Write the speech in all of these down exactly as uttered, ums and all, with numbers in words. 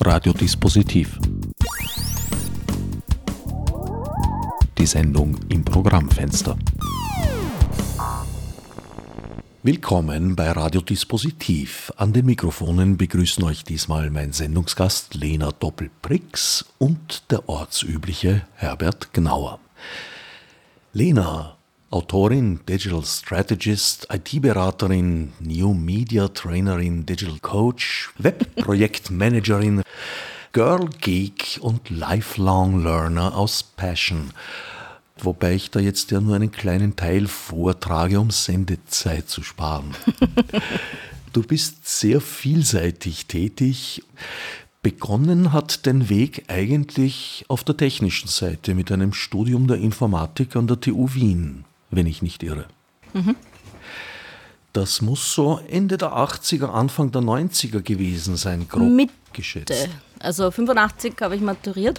Radiodispositiv. Die Sendung im Programmfenster. Willkommen bei Radiodispositiv. An den Mikrofonen begrüßen euch diesmal mein Sendungsgast Lena Doppel-Prix und der ortsübliche Herbert Gnauer. Lena, Autorin, Digital Strategist, I T-Beraterin, New Media Trainerin, Digital Coach, Webprojektmanagerin, Girl Geek und Lifelong Learner aus Passion. Wobei ich da jetzt ja nur einen kleinen Teil vortrage, um Sendezeit zu sparen. Du bist sehr vielseitig tätig. Begonnen hat dein Weg eigentlich auf der technischen Seite mit einem Studium der Informatik an der T U Wien, wenn ich nicht irre. Mhm. Das muss so Ende der achtziger, Anfang der neunziger gewesen sein, grob Mitte. geschätzt. Also fünfundachtzig habe ich maturiert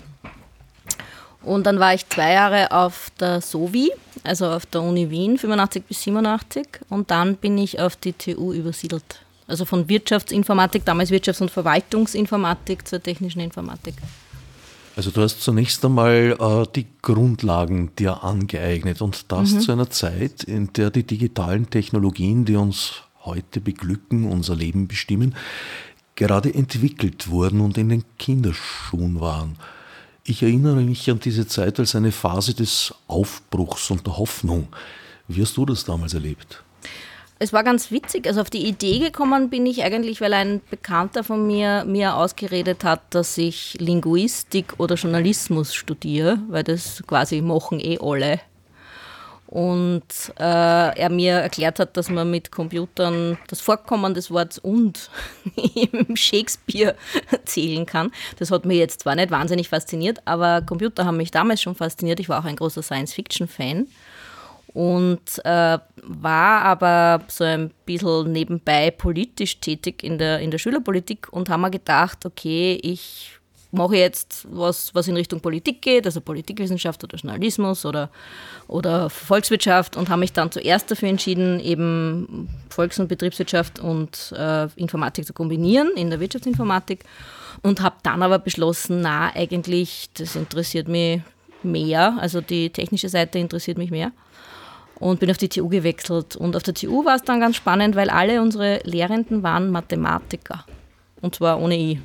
und dann war ich zwei Jahre auf der S O W I, also auf der Uni Wien, fünfundachtzig bis siebenundachtzig, und dann bin ich auf die T U übersiedelt. Also von Wirtschaftsinformatik, damals Wirtschafts- und Verwaltungsinformatik zur technischen Informatik. Also du hast zunächst einmal äh, die Grundlagen dir angeeignet und das mhm. zu einer Zeit, in der die digitalen Technologien, die uns heute beglücken, unser Leben bestimmen, gerade entwickelt wurden und in den Kinderschuhen waren. Ich erinnere mich an diese Zeit als eine Phase des Aufbruchs und der Hoffnung. Wie hast du das damals erlebt? Es war ganz witzig, also auf die Idee gekommen bin ich eigentlich, weil ein Bekannter von mir mir ausgeredet hat, dass ich Linguistik oder Journalismus studiere, weil das quasi machen eh alle. Und äh, er mir erklärt hat, dass man mit Computern das Vorkommen des Wortes und im Shakespeare zählen kann. Das hat mich jetzt zwar nicht wahnsinnig fasziniert, aber Computer haben mich damals schon fasziniert. Ich war auch ein großer Science-Fiction-Fan. Und äh, war aber so ein bisschen nebenbei politisch tätig in der, in der Schülerpolitik und haben mir gedacht, okay, ich mache jetzt was, was in Richtung Politik geht, also Politikwissenschaft oder Journalismus oder, oder Volkswirtschaft, und habe mich dann zuerst dafür entschieden, eben Volks- und Betriebswirtschaft und äh, Informatik zu kombinieren in der Wirtschaftsinformatik, und habe dann aber beschlossen, na, eigentlich, das interessiert mich mehr, also die technische Seite interessiert mich mehr. Und bin auf die T U gewechselt. Und auf der T U war es dann ganz spannend, weil alle unsere Lehrenden waren Mathematiker. Und zwar ohne I.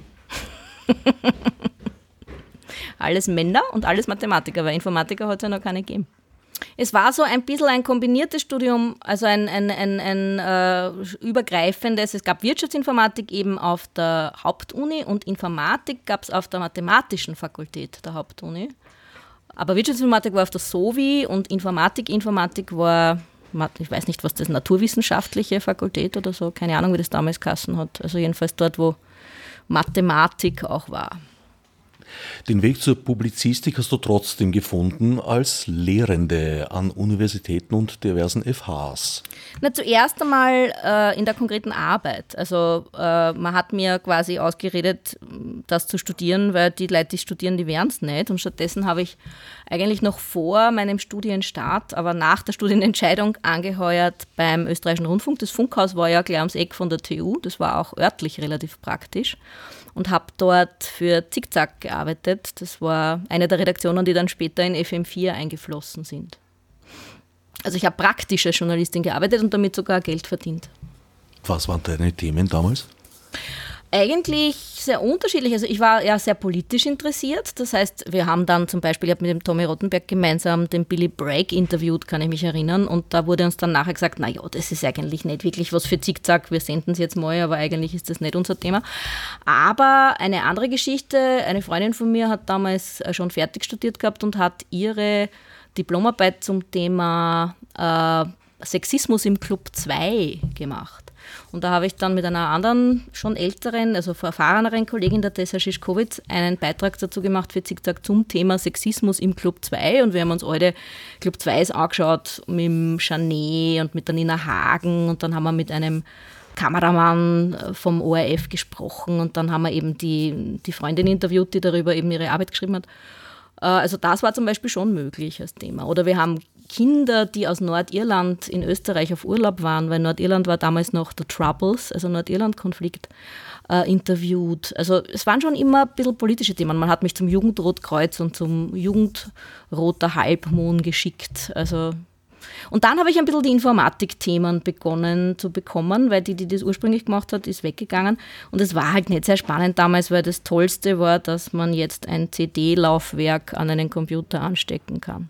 Alles Männer und alles Mathematiker, weil Informatiker hat es ja noch keine gegeben. Es war so ein bisschen ein kombiniertes Studium, also ein, ein, ein, ein äh, übergreifendes. Es gab Wirtschaftsinformatik eben auf der Hauptuni und Informatik gab es auf der Mathematischen Fakultät der Hauptuni. Aber Wirtschaftsinformatik war auf der S O W I und Informatik, Informatik war, ich weiß nicht, was das, naturwissenschaftliche Fakultät oder so, keine Ahnung, wie das damals geheißen hat. Also jedenfalls dort, wo Mathematik auch war. Den Weg zur Publizistik hast du trotzdem gefunden als Lehrende an Universitäten und diversen F Hs. Na, zuerst einmal äh, in der konkreten Arbeit. Also äh, man hat mir quasi ausgeredet, das zu studieren, weil die Leute, die studieren, die wären es nicht. Und stattdessen habe ich eigentlich noch vor meinem Studienstart, aber nach der Studienentscheidung angeheuert beim Österreichischen Rundfunk. Das Funkhaus war ja gleich ums Eck von der T U. Das war auch örtlich relativ praktisch. Und habe dort für Zickzack gearbeitet. Das war eine der Redaktionen, die dann später in F M vier eingeflossen sind. Also ich habe praktisch als Journalistin gearbeitet und damit sogar Geld verdient. Was waren deine Themen damals? Eigentlich sehr unterschiedlich. Also ich war ja sehr politisch interessiert. Das heißt, wir haben dann zum Beispiel, ich habe mit dem Tommy Rottenberg gemeinsam den Billy Bragg interviewt, kann ich mich erinnern. Und da wurde uns dann nachher gesagt, naja, das ist eigentlich nicht wirklich was für Zickzack. Wir senden es jetzt mal, aber eigentlich ist das nicht unser Thema. Aber eine andere Geschichte, eine Freundin von mir hat damals schon fertig studiert gehabt und hat ihre Diplomarbeit zum Thema äh, Sexismus im Club zwei gemacht. Und da habe ich dann mit einer anderen, schon älteren, also erfahreneren Kollegin, der Tessa Schischkowitz, einen Beitrag dazu gemacht für Zickzack zum Thema Sexismus im Club zwei. Und wir haben uns alle Club zweis angeschaut mit dem Janet und mit der Nina Hagen. Und dann haben wir mit einem Kameramann vom O R F gesprochen. Und dann haben wir eben die, die Freundin interviewt, die darüber eben ihre Arbeit geschrieben hat. Also das war zum Beispiel schon möglich als Thema. Oder wir haben Kinder, die aus Nordirland in Österreich auf Urlaub waren, weil Nordirland war damals noch der Troubles, also Nordirland-Konflikt, äh, interviewt. Also es waren schon immer ein bisschen politische Themen. Man hat mich zum Jugendrotkreuz und zum Jugendroter Halbmond geschickt. Also und dann habe ich ein bisschen die Informatikthemen begonnen zu bekommen, weil die, die das ursprünglich gemacht hat, ist weggegangen. Und es war halt nicht sehr spannend damals, weil das Tollste war, dass man jetzt ein C D-Laufwerk an einen Computer anstecken kann.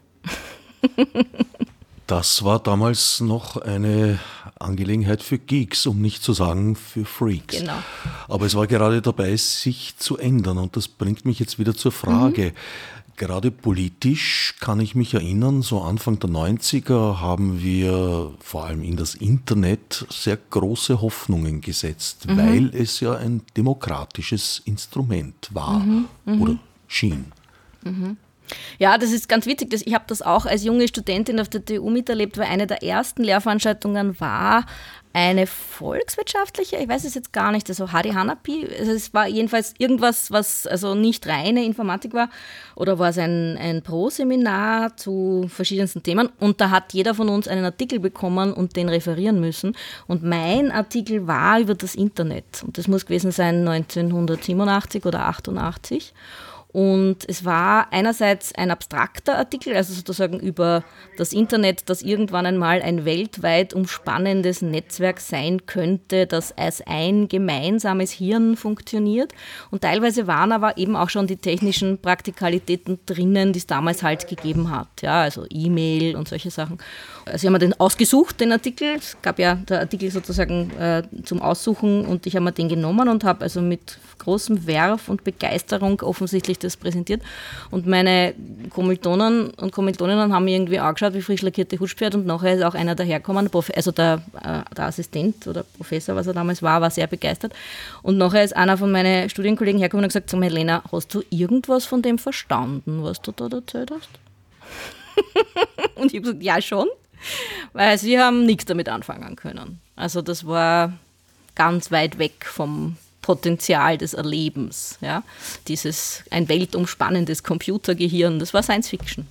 Das war damals noch eine Angelegenheit für Geeks, um nicht zu sagen für Freaks. Genau. Aber es war gerade dabei, sich zu ändern. Und das bringt mich jetzt wieder zur Frage. Mhm. Gerade politisch kann ich mich erinnern, so Anfang der neunziger haben wir vor allem in das Internet sehr große Hoffnungen gesetzt, mhm. weil es ja ein demokratisches Instrument war mhm. Mhm. oder schien. Mhm. Ja, das ist ganz witzig. Ich habe das auch als junge Studentin auf der T U miterlebt, weil eine der ersten Lehrveranstaltungen war eine volkswirtschaftliche, ich weiß es jetzt gar nicht, also Hari Hanapi, also es war jedenfalls irgendwas, was also nicht reine Informatik war, oder war es ein, ein Pro-Seminar zu verschiedensten Themen und da hat jeder von uns einen Artikel bekommen und den referieren müssen und mein Artikel war über das Internet und das muss gewesen sein neunzehnhundertsiebenundachtzig oder achtundachtzig. Und es war einerseits ein abstrakter Artikel, also sozusagen über das Internet, das irgendwann einmal ein weltweit umspannendes Netzwerk sein könnte, das als ein gemeinsames Hirn funktioniert. Und teilweise waren aber eben auch schon die technischen Praktikalitäten drinnen, die es damals halt gegeben hat. Ja, also E-Mail und solche Sachen. Also ich habe mir den ausgesucht, den Artikel. Es gab ja der Artikel sozusagen äh, zum Aussuchen und ich habe mir den genommen und habe also mit großem Werf und Begeisterung offensichtlich das präsentiert. Und meine Kommilitonen und Kommilitoninnen haben mir irgendwie angeschaut wie frisch lackierte Hutschpferd und nachher ist auch einer dahergekommen, also der, äh, der Assistent oder Professor, was er damals war, war sehr begeistert. Und nachher ist einer von meinen Studienkollegen hergekommen und gesagt zu mir, Helena, hast du irgendwas von dem verstanden, was du da erzählt hast? Und ich habe gesagt, ja schon, weil sie haben nichts damit anfangen können. Also das war ganz weit weg vom Potenzial des Erlebens. Ja? Dieses ein weltumspannendes Computergehirn, das war Science Fiction.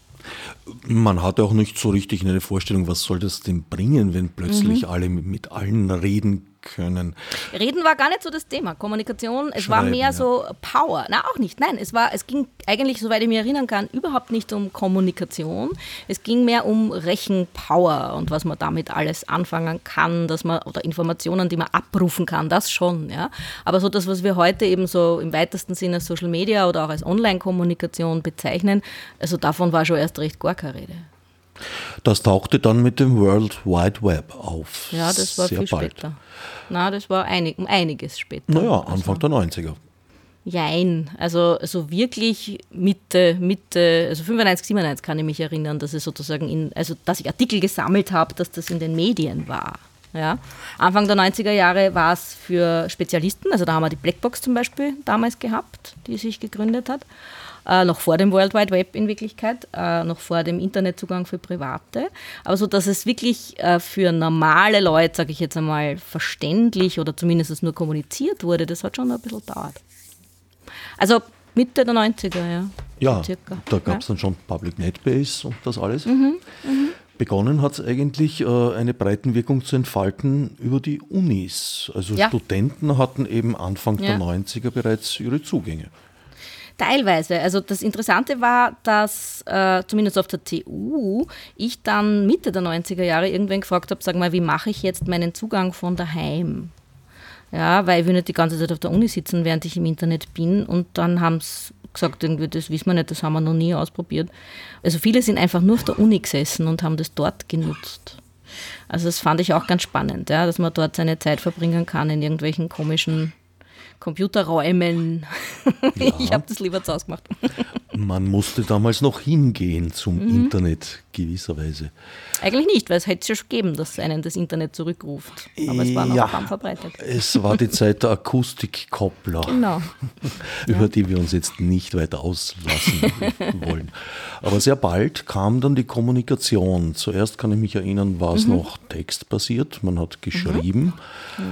Man hatte auch nicht so richtig eine Vorstellung, was soll das denn bringen, wenn plötzlich mhm. alle mit allen reden können. Reden war gar nicht so das Thema. Kommunikation, es Schreiben, war mehr ja. so Power. Na, auch nicht. Nein, es war, es ging eigentlich, soweit ich mich erinnern kann, überhaupt nicht um Kommunikation. Es ging mehr um Rechenpower und was man damit alles anfangen kann, dass man, oder Informationen, die man abrufen kann, das schon, ja. Aber so das, was wir heute eben so im weitesten Sinne als Social Media oder auch als Online-Kommunikation bezeichnen, also davon war schon erst recht gar keine Rede. Das tauchte dann mit dem World Wide Web auf. Ja, das war sehr viel bald. später. Na, das war einig, um einiges später. Naja, Anfang also, der neunziger. Jein, also, also wirklich Mitte, Mitte, also fünfundneunzig, siebenundneunzig kann ich mich erinnern, dass es sozusagen in, also dass ich Artikel gesammelt habe, dass das in den Medien war. Ja. Anfang der neunziger Jahre war es für Spezialisten, also da haben wir die Blackbox zum Beispiel damals gehabt, die sich gegründet hat. Äh, noch vor dem World Wide Web in Wirklichkeit, äh, noch vor dem Internetzugang für Private. Aber so, dass es wirklich äh, für normale Leute, sage ich jetzt einmal, verständlich oder zumindest nur kommuniziert wurde, das hat schon ein bisschen gedauert. Also Mitte der neunziger, ja. Ja, circa. Da gab es ja. dann schon Public Netbase und das alles. Mhm, mhm. Begonnen hat es eigentlich, äh, eine Breitenwirkung zu entfalten über die Unis. Also ja. Studenten hatten eben Anfang ja. der neunziger bereits ihre Zugänge. Teilweise. Also das Interessante war, dass äh, zumindest auf der T U ich dann Mitte der neunziger Jahre irgendwann gefragt habe, sag mal, wie mache ich jetzt meinen Zugang von daheim? Ja, weil ich will nicht die ganze Zeit auf der Uni sitzen, während ich im Internet bin. Und dann haben sie gesagt, irgendwie, das wissen wir nicht, das haben wir noch nie ausprobiert. Also viele sind einfach nur auf der Uni gesessen und haben das dort genutzt. Also das fand ich auch ganz spannend, ja, dass man dort seine Zeit verbringen kann in irgendwelchen komischen Computerräumen. Ja. Ich habe das lieber zu Hause gemacht. Man musste damals noch hingehen zum mhm. Internet, gewisserweise. Eigentlich nicht, weil es hätte es ja schon gegeben, dass einen das Internet zurückruft. Aber es war noch ja, kaum verbreitet. Es war die Zeit der Akustikkoppler, genau. über ja. die wir uns jetzt nicht weiter auslassen wollen. Aber sehr bald kam dann die Kommunikation. Zuerst kann ich mich erinnern, war es mhm. noch textbasiert, man hat geschrieben. Mhm. Genau.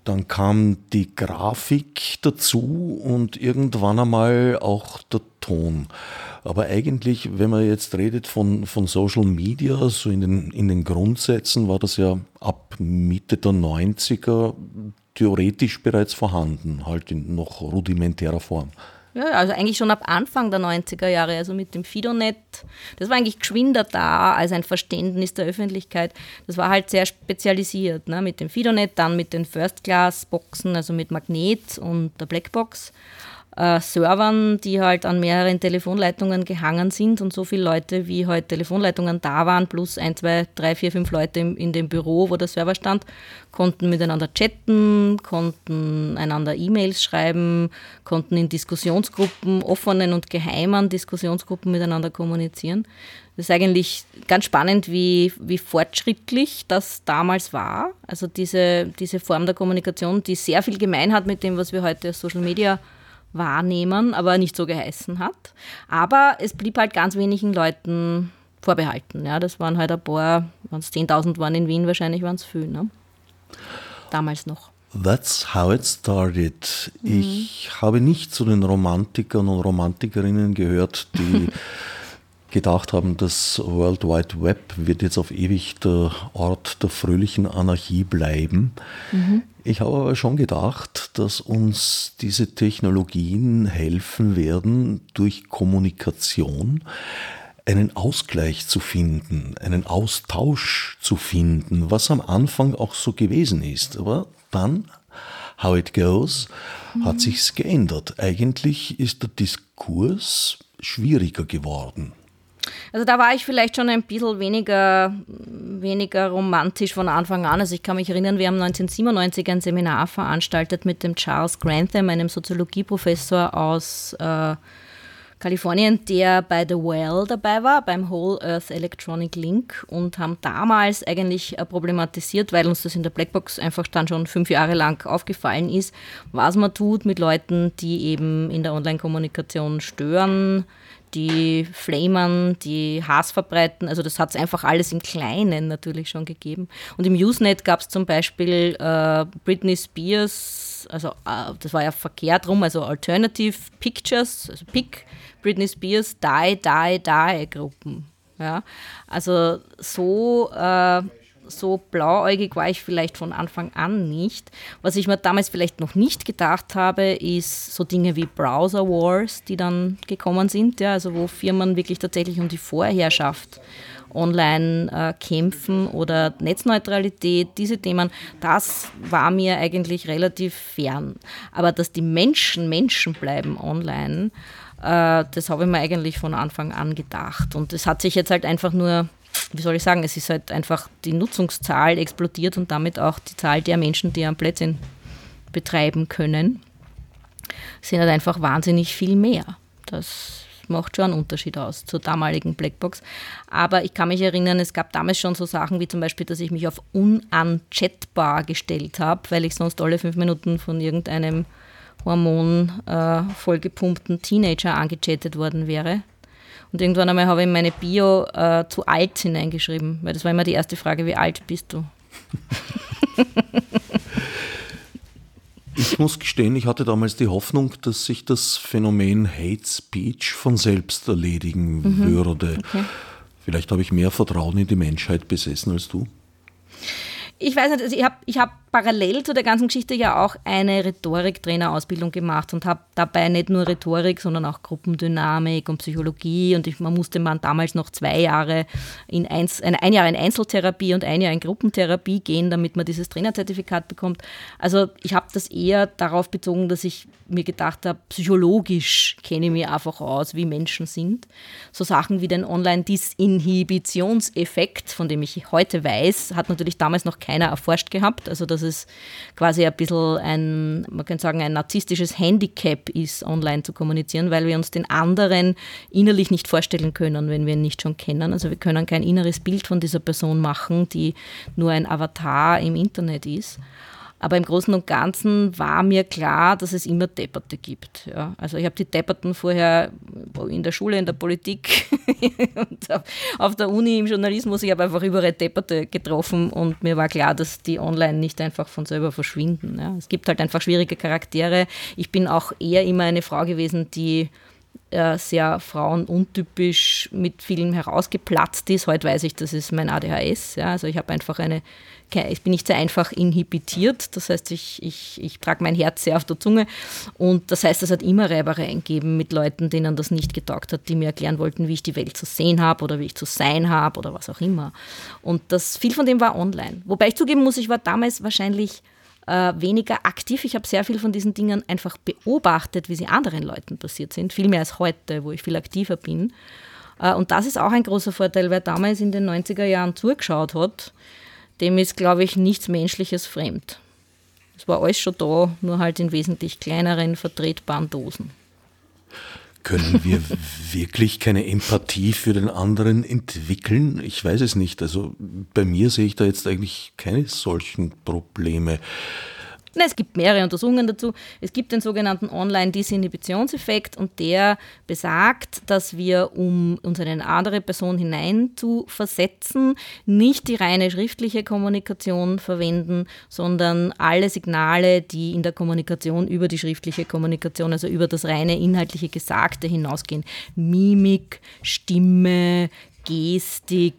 Dann kam die Grafik dazu und irgendwann einmal auch der Ton. Aber eigentlich, wenn man jetzt redet von, von Social Media, so in den, in den Grundsätzen war das ja ab Mitte der neunziger theoretisch bereits vorhanden, halt in noch rudimentärer Form. Ja, also eigentlich schon ab Anfang der neunziger Jahre, also mit dem Fidonet. Das war eigentlich geschwinder da als ein Verständnis der Öffentlichkeit. Das war halt sehr spezialisiert, ne? Mit dem Fidonet, dann mit den First-Class-Boxen, also mit Magnet und der Blackbox. Äh, Servern, die halt an mehreren Telefonleitungen gehangen sind und so viele Leute, wie halt Telefonleitungen da waren, plus ein, zwei, drei, vier, fünf Leute in, in dem Büro, wo der Server stand, konnten miteinander chatten, konnten einander E-Mails schreiben, konnten in Diskussionsgruppen, offenen und geheimen Diskussionsgruppen miteinander kommunizieren. Das ist eigentlich ganz spannend, wie, wie fortschrittlich das damals war. Also diese, diese Form der Kommunikation, die sehr viel gemein hat mit dem, was wir heute als Social Media wahrnehmen, aber nicht so geheißen hat. Aber es blieb halt ganz wenigen Leuten vorbehalten. Ja, das waren halt ein paar, wenn es zehntausend waren in Wien, wahrscheinlich waren es viel, ne? Damals noch. That's how it started. Mhm. Ich habe nicht zu den Romantikern und Romantikerinnen gehört, die gedacht haben, das World Wide Web wird jetzt auf ewig der Ort der fröhlichen Anarchie bleiben. Mhm. Ich habe aber schon gedacht, dass uns diese Technologien helfen werden, durch Kommunikation einen Ausgleich zu finden, einen Austausch zu finden, was am Anfang auch so gewesen ist. Aber dann, how it goes, mhm. hat sich's geändert. Eigentlich ist der Diskurs schwieriger geworden. Also da war ich vielleicht schon ein bisschen weniger, weniger romantisch von Anfang an. Also ich kann mich erinnern, wir haben neunzehnhundertsiebenundneunzig ein Seminar veranstaltet mit dem Charles Grantham, einem Soziologieprofessor aus äh, Kalifornien, der bei The Well dabei war, beim Whole Earth Electronic Link, und haben damals eigentlich äh, problematisiert, weil uns das in der Blackbox einfach dann schon fünf Jahre lang aufgefallen ist, was man tut mit Leuten, die eben in der Online-Kommunikation stören, die flamen, die Hass verbreiten. Also das hat es einfach alles im Kleinen natürlich schon gegeben. Und im Usenet gab es zum Beispiel äh, Britney Spears, also äh, das war ja verkehrt rum, also Alternative Pictures, also Pick, Britney Spears, Die, Die, Die Gruppen. Ja? Also so... Äh, So blauäugig war ich vielleicht von Anfang an nicht. Was ich mir damals vielleicht noch nicht gedacht habe, ist so Dinge wie Browser Wars, die dann gekommen sind, ja, also wo Firmen wirklich tatsächlich um die Vorherrschaft online äh, kämpfen oder Netzneutralität, diese Themen, das war mir eigentlich relativ fern. Aber dass die Menschen Menschen bleiben online, äh, das habe ich mir eigentlich von Anfang an gedacht. Und es hat sich jetzt halt einfach nur... Wie soll ich sagen, es ist halt einfach die Nutzungszahl explodiert und damit auch die Zahl der Menschen, die am Blödsinn betreiben können, sind halt einfach wahnsinnig viel mehr. Das macht schon einen Unterschied aus zur damaligen Blackbox. Aber ich kann mich erinnern, es gab damals schon so Sachen wie zum Beispiel, dass ich mich auf unchatbar gestellt habe, weil ich sonst alle fünf Minuten von irgendeinem Hormon äh, vollgepumpten Teenager angechattet worden wäre. Und irgendwann einmal habe ich in meine Bio äh, zu alt hineingeschrieben, weil das war immer die erste Frage, wie alt bist du? Ich muss gestehen, ich hatte damals die Hoffnung, dass sich das Phänomen Hate Speech von selbst erledigen mhm. würde. Okay. Vielleicht habe ich mehr Vertrauen in die Menschheit besessen als du. Ich weiß nicht, also ich habe ich hab parallel zu der ganzen Geschichte ja auch eine Rhetoriktrainerausbildung gemacht und habe dabei nicht nur Rhetorik, sondern auch Gruppendynamik und Psychologie, und ich, man musste man damals noch zwei Jahre in eins, ein, ein Jahr in Einzeltherapie und ein Jahr in Gruppentherapie gehen, damit man dieses Trainerzertifikat bekommt. Also ich habe das eher darauf bezogen, dass ich mir gedacht habe, psychologisch kenne ich mich einfach aus, wie Menschen sind. So Sachen wie den Online-Disinhibitionseffekt, von dem ich heute weiß, hat natürlich damals noch keiner erforscht gehabt. Also dass es quasi ein bisschen ein, man könnte sagen, ein narzisstisches Handicap ist, online zu kommunizieren, weil wir uns den anderen innerlich nicht vorstellen können, wenn wir ihn nicht schon kennen. Also wir können kein inneres Bild von dieser Person machen, die nur ein Avatar im Internet ist. Aber im Großen und Ganzen war mir klar, dass es immer Depperte gibt. Ja. Also ich habe die Depperten vorher in der Schule, in der Politik und auf der Uni im Journalismus, ich habe einfach überall Depperte getroffen und mir war klar, dass die online nicht einfach von selber verschwinden. Ja. Es gibt halt einfach schwierige Charaktere. Ich bin auch eher immer eine Frau gewesen, die äh, sehr frauenuntypisch mit vielem herausgeplatzt ist. Heute weiß ich, das ist mein A D H S. Ja. Also ich habe einfach eine Ich bin nicht sehr einfach inhibitiert, das heißt, ich, ich, ich trage mein Herz sehr auf der Zunge und das heißt, es hat immer Reibereien gegeben mit Leuten, denen das nicht getaugt hat, die mir erklären wollten, wie ich die Welt zu sehen habe oder wie ich zu sein habe oder was auch immer. Und das, viel von dem war online. Wobei ich zugeben muss, ich war damals wahrscheinlich äh, weniger aktiv. Ich habe sehr viel von diesen Dingen einfach beobachtet, wie sie anderen Leuten passiert sind, viel mehr als heute, wo ich viel aktiver bin. Äh, und das ist auch ein großer Vorteil, wer damals in den neunziger Jahren zugeschaut hat, dem ist, glaube ich, nichts Menschliches fremd. Es war alles schon da, nur halt in wesentlich kleineren, vertretbaren Dosen. Können wir wirklich keine Empathie für den anderen entwickeln? Ich weiß es nicht. Also bei mir sehe ich da jetzt eigentlich keine solchen Probleme. Es gibt mehrere Untersuchungen dazu. Es gibt den sogenannten Online-Disinhibitionseffekt und der besagt, dass wir, um uns in eine andere Person hinein zu versetzen, nicht die reine schriftliche Kommunikation verwenden, sondern alle Signale, die in der Kommunikation über die schriftliche Kommunikation, also über das reine inhaltliche Gesagte hinausgehen. Mimik, Stimme, Gestik,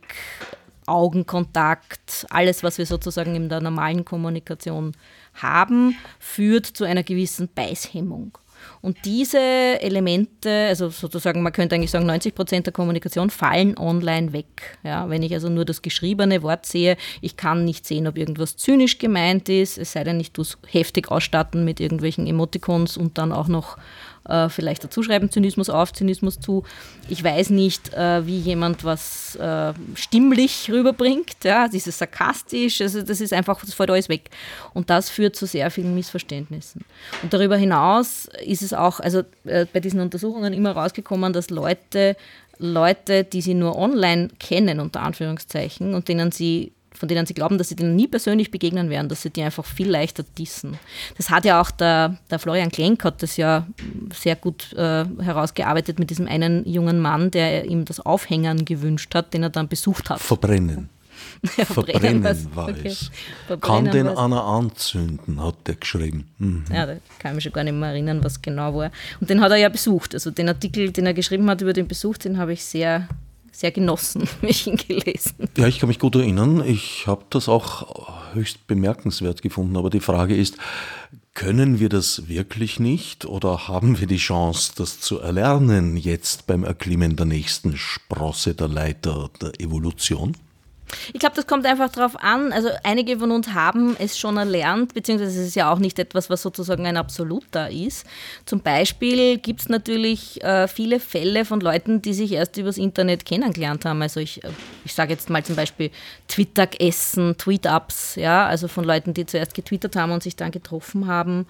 Augenkontakt, alles, was wir sozusagen in der normalen Kommunikation haben, führt zu einer gewissen Beißhemmung. Und diese Elemente, also sozusagen, man könnte eigentlich sagen, neunzig Prozent der Kommunikation fallen online weg. Ja, wenn ich also nur das geschriebene Wort sehe, ich kann nicht sehen, ob irgendwas zynisch gemeint ist, es sei denn, ich tue es heftig ausstatten mit irgendwelchen Emoticons und dann auch noch äh, vielleicht dazu schreiben, Zynismus auf, Zynismus zu. Ich weiß nicht, äh, wie jemand was äh, stimmlich rüberbringt, ja, das ist sarkastisch, also das ist einfach, das fällt alles weg. Und das führt zu sehr vielen Missverständnissen. Und darüber hinaus ist es auch, also äh, bei diesen Untersuchungen immer rausgekommen, dass Leute, Leute, die sie nur online kennen, unter Anführungszeichen, und denen sie von denen sie glauben, dass sie denen nie persönlich begegnen werden, dass sie die einfach viel leichter dissen. Das hat ja auch der, der Florian Klenk hat das ja sehr gut äh, herausgearbeitet mit diesem einen jungen Mann, der ihm das Aufhängern gewünscht hat, den er dann besucht hat. Verbrennen. Ja, verbrennen, Verbrennen war okay. es. Verbrennen Kann den was. einer anzünden, hat der geschrieben. Mhm. Ja, da kann ich mich schon gar nicht mehr erinnern, was genau war. Und den hat er ja besucht. Also den Artikel, den er geschrieben hat über den Besuch, den habe ich sehr sehr genossen, mich ihn gelesen. Ja, ich kann mich gut erinnern. Ich habe das auch höchst bemerkenswert gefunden. Aber die Frage ist, können wir das wirklich nicht oder haben wir die Chance, das zu erlernen jetzt beim Erklimmen der nächsten Sprosse der Leiter der Evolution? Ich glaube, das kommt einfach darauf an. Also einige von uns haben es schon erlernt, beziehungsweise es ist ja auch nicht etwas, was sozusagen ein Absoluter ist. Zum Beispiel gibt es natürlich äh, viele Fälle von Leuten, die sich erst übers Internet kennengelernt haben. Also ich, ich sage jetzt mal zum Beispiel Twitter-Essen, Tweet-Ups, ja, also von Leuten, die zuerst getwittert haben und sich dann getroffen haben.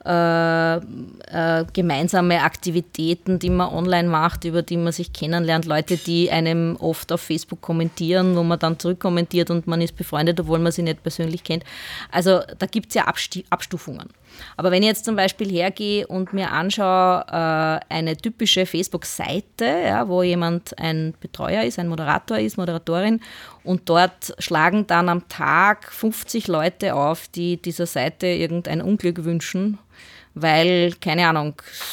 Äh, äh, gemeinsame Aktivitäten, die man online macht, über die man sich kennenlernt, Leute, die einem oft auf Facebook kommentieren, wo man dann zurückkommentiert und man ist befreundet, obwohl man sie nicht persönlich kennt. Also da gibt es ja Absti- Abstufungen. Aber wenn ich jetzt zum Beispiel hergehe und mir anschaue, äh, eine typische Facebook-Seite, ja, wo jemand ein Betreuer ist, ein Moderator ist, Moderatorin, und dort schlagen dann am Tag fünfzig Leute auf, die dieser Seite irgendein Unglück wünschen, weil, keine Ahnung,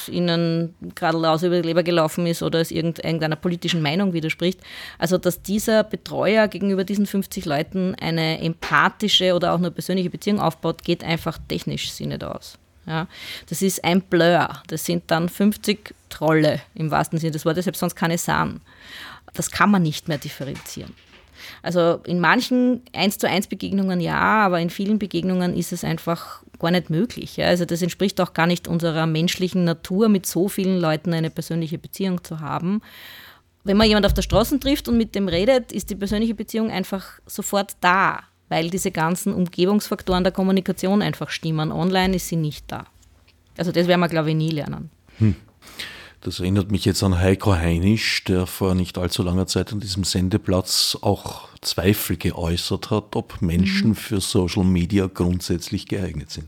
ihnen gerade aus über die Leber gelaufen ist oder es irgendeiner politischen Meinung widerspricht. Also, dass dieser Betreuer gegenüber diesen fünfzig Leuten eine empathische oder auch nur persönliche Beziehung aufbaut, geht einfach technisch sich nicht aus. Ja, das ist ein Blur. Das sind dann fünfzig Trolle im wahrsten Sinne des Wortes, selbst sonst keine Sahen. Das kann man nicht mehr differenzieren. Also in manchen eins zu eins Begegnungen ja, aber in vielen Begegnungen ist es einfach gar nicht möglich. Ja. Also das entspricht auch gar nicht unserer menschlichen Natur, mit so vielen Leuten eine persönliche Beziehung zu haben. Wenn man jemanden auf der Straße trifft und mit dem redet, ist die persönliche Beziehung einfach sofort da, weil diese ganzen Umgebungsfaktoren der Kommunikation einfach stimmen. Online ist sie nicht da. Also das werden wir, glaube ich, nie lernen. Hm. Das erinnert mich jetzt an Heiko Heinisch, der vor nicht allzu langer Zeit an diesem Sendeplatz auch Zweifel geäußert hat, ob Menschen mhm. für Social Media grundsätzlich geeignet sind.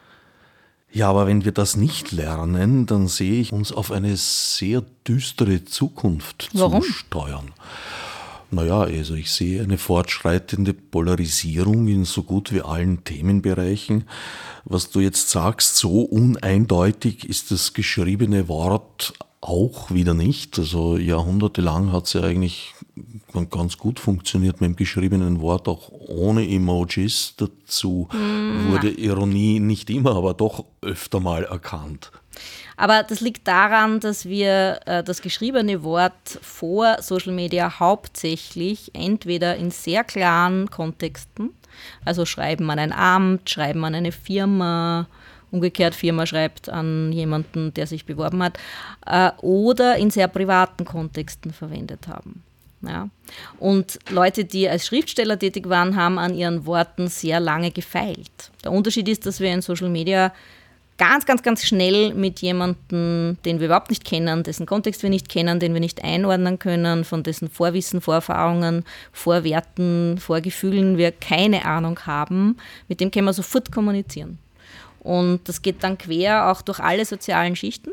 Ja, aber wenn wir das nicht lernen, dann sehe ich uns auf eine sehr düstere Zukunft Warum? zusteuern. Naja, also ich sehe eine fortschreitende Polarisierung in so gut wie allen Themenbereichen. Was du jetzt sagst, so uneindeutig ist das geschriebene Wort auch wieder nicht. Also jahrhundertelang hat es ja eigentlich ganz gut funktioniert mit dem geschriebenen Wort, auch ohne Emojis. Dazu mm. wurde Ironie nicht immer, aber doch öfter mal erkannt. Aber das liegt daran, dass wir äh, das geschriebene Wort vor Social Media hauptsächlich entweder in sehr klaren Kontexten, also schreiben an ein Amt, schreiben an eine Firma, umgekehrt Firma schreibt an jemanden, der sich beworben hat, äh, oder in sehr privaten Kontexten verwendet haben. Ja. Und Leute, die als Schriftsteller tätig waren, haben an ihren Worten sehr lange gefeilt. Der Unterschied ist, dass wir in Social Media ganz, ganz, ganz schnell mit jemandem, den wir überhaupt nicht kennen, dessen Kontext wir nicht kennen, den wir nicht einordnen können, von dessen Vorwissen, Vorerfahrungen, Vorwerten, Vorgefühlen wir keine Ahnung haben, mit dem können wir sofort kommunizieren. Und das geht dann quer auch durch alle sozialen Schichten.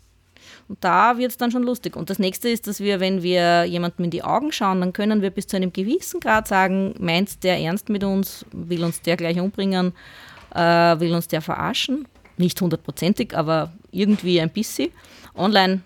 Und da wird es dann schon lustig. Und das Nächste ist, dass wir, wenn wir jemandem in die Augen schauen, dann können wir bis zu einem gewissen Grad sagen, meint der ernst mit uns, will uns der gleich umbringen, äh, will uns der verarschen. Nicht hundertprozentig, aber irgendwie ein bisschen. Online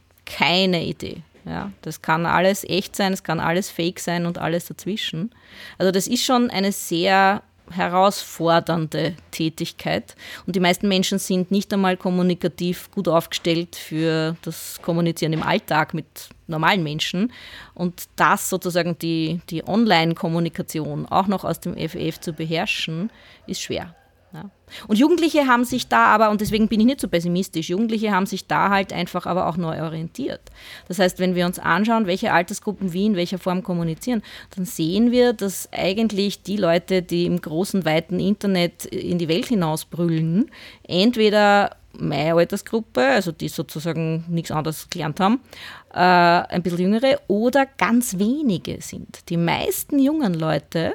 keine Idee. Ja, das kann alles echt sein, es kann alles fake sein und alles dazwischen. Also das ist schon eine sehr herausfordernde Tätigkeit. Und die meisten Menschen sind nicht einmal kommunikativ gut aufgestellt für das Kommunizieren im Alltag mit normalen Menschen. Und das sozusagen die, die Online-Kommunikation auch noch aus dem F F zu beherrschen, ist schwer. Ja. Und Jugendliche haben sich da aber, und deswegen bin ich nicht so pessimistisch, Jugendliche haben sich da halt einfach aber auch neu orientiert. Das heißt, wenn wir uns anschauen, welche Altersgruppen wie in welcher Form kommunizieren, dann sehen wir, dass eigentlich die Leute, die im großen, weiten Internet in die Welt hinausbrüllen, entweder meine Altersgruppe, also die sozusagen nichts anderes gelernt haben, äh, ein bisschen jüngere, oder ganz wenige sind. Die meisten jungen Leute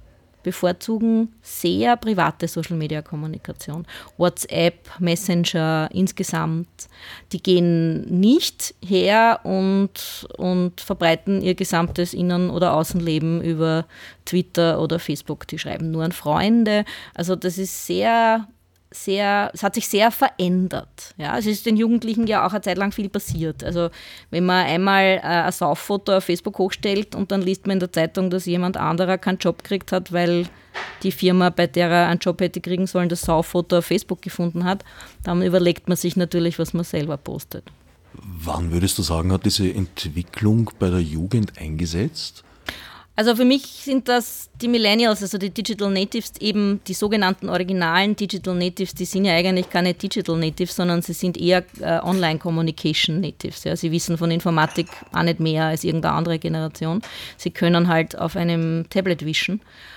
bevorzugen sehr private Social-Media-Kommunikation. WhatsApp, Messenger insgesamt, die gehen nicht her und, und verbreiten ihr gesamtes Innen- oder Außenleben über Twitter oder Facebook. Die schreiben nur an Freunde. Also das ist sehr... Sehr, es hat sich sehr verändert. Ja, es ist den Jugendlichen ja auch eine Zeit lang viel passiert. Also wenn man einmal äh, ein Sauffoto auf Facebook hochstellt und dann liest man in der Zeitung, dass jemand anderer keinen Job gekriegt hat, weil die Firma, bei der er einen Job hätte kriegen sollen, das Sauffoto auf Facebook gefunden hat, dann überlegt man sich natürlich, was man selber postet. Wann würdest du sagen, hat diese Entwicklung bei der Jugend eingesetzt? Also für mich sind das die Millennials, also die Digital Natives, eben die sogenannten originalen Digital Natives, die sind ja eigentlich keine Digital Natives, sondern sie sind eher äh, Online-Communication Natives. Ja. Sie wissen von Informatik auch nicht mehr als irgendeine andere Generation. Sie können halt auf einem Tablet wischen.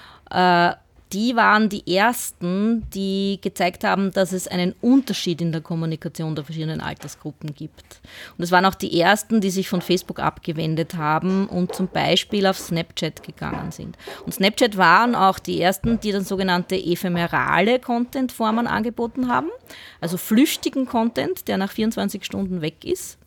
Äh, die waren die ersten, die gezeigt haben, dass es einen Unterschied in der Kommunikation der verschiedenen Altersgruppen gibt. Und es waren auch die ersten, die sich von Facebook abgewendet haben und zum Beispiel auf Snapchat gegangen sind. Und Snapchat waren auch die ersten, die dann sogenannte ephemerale Content-Formen angeboten haben, also flüchtigen Content, der nach vierundzwanzig Stunden weg ist,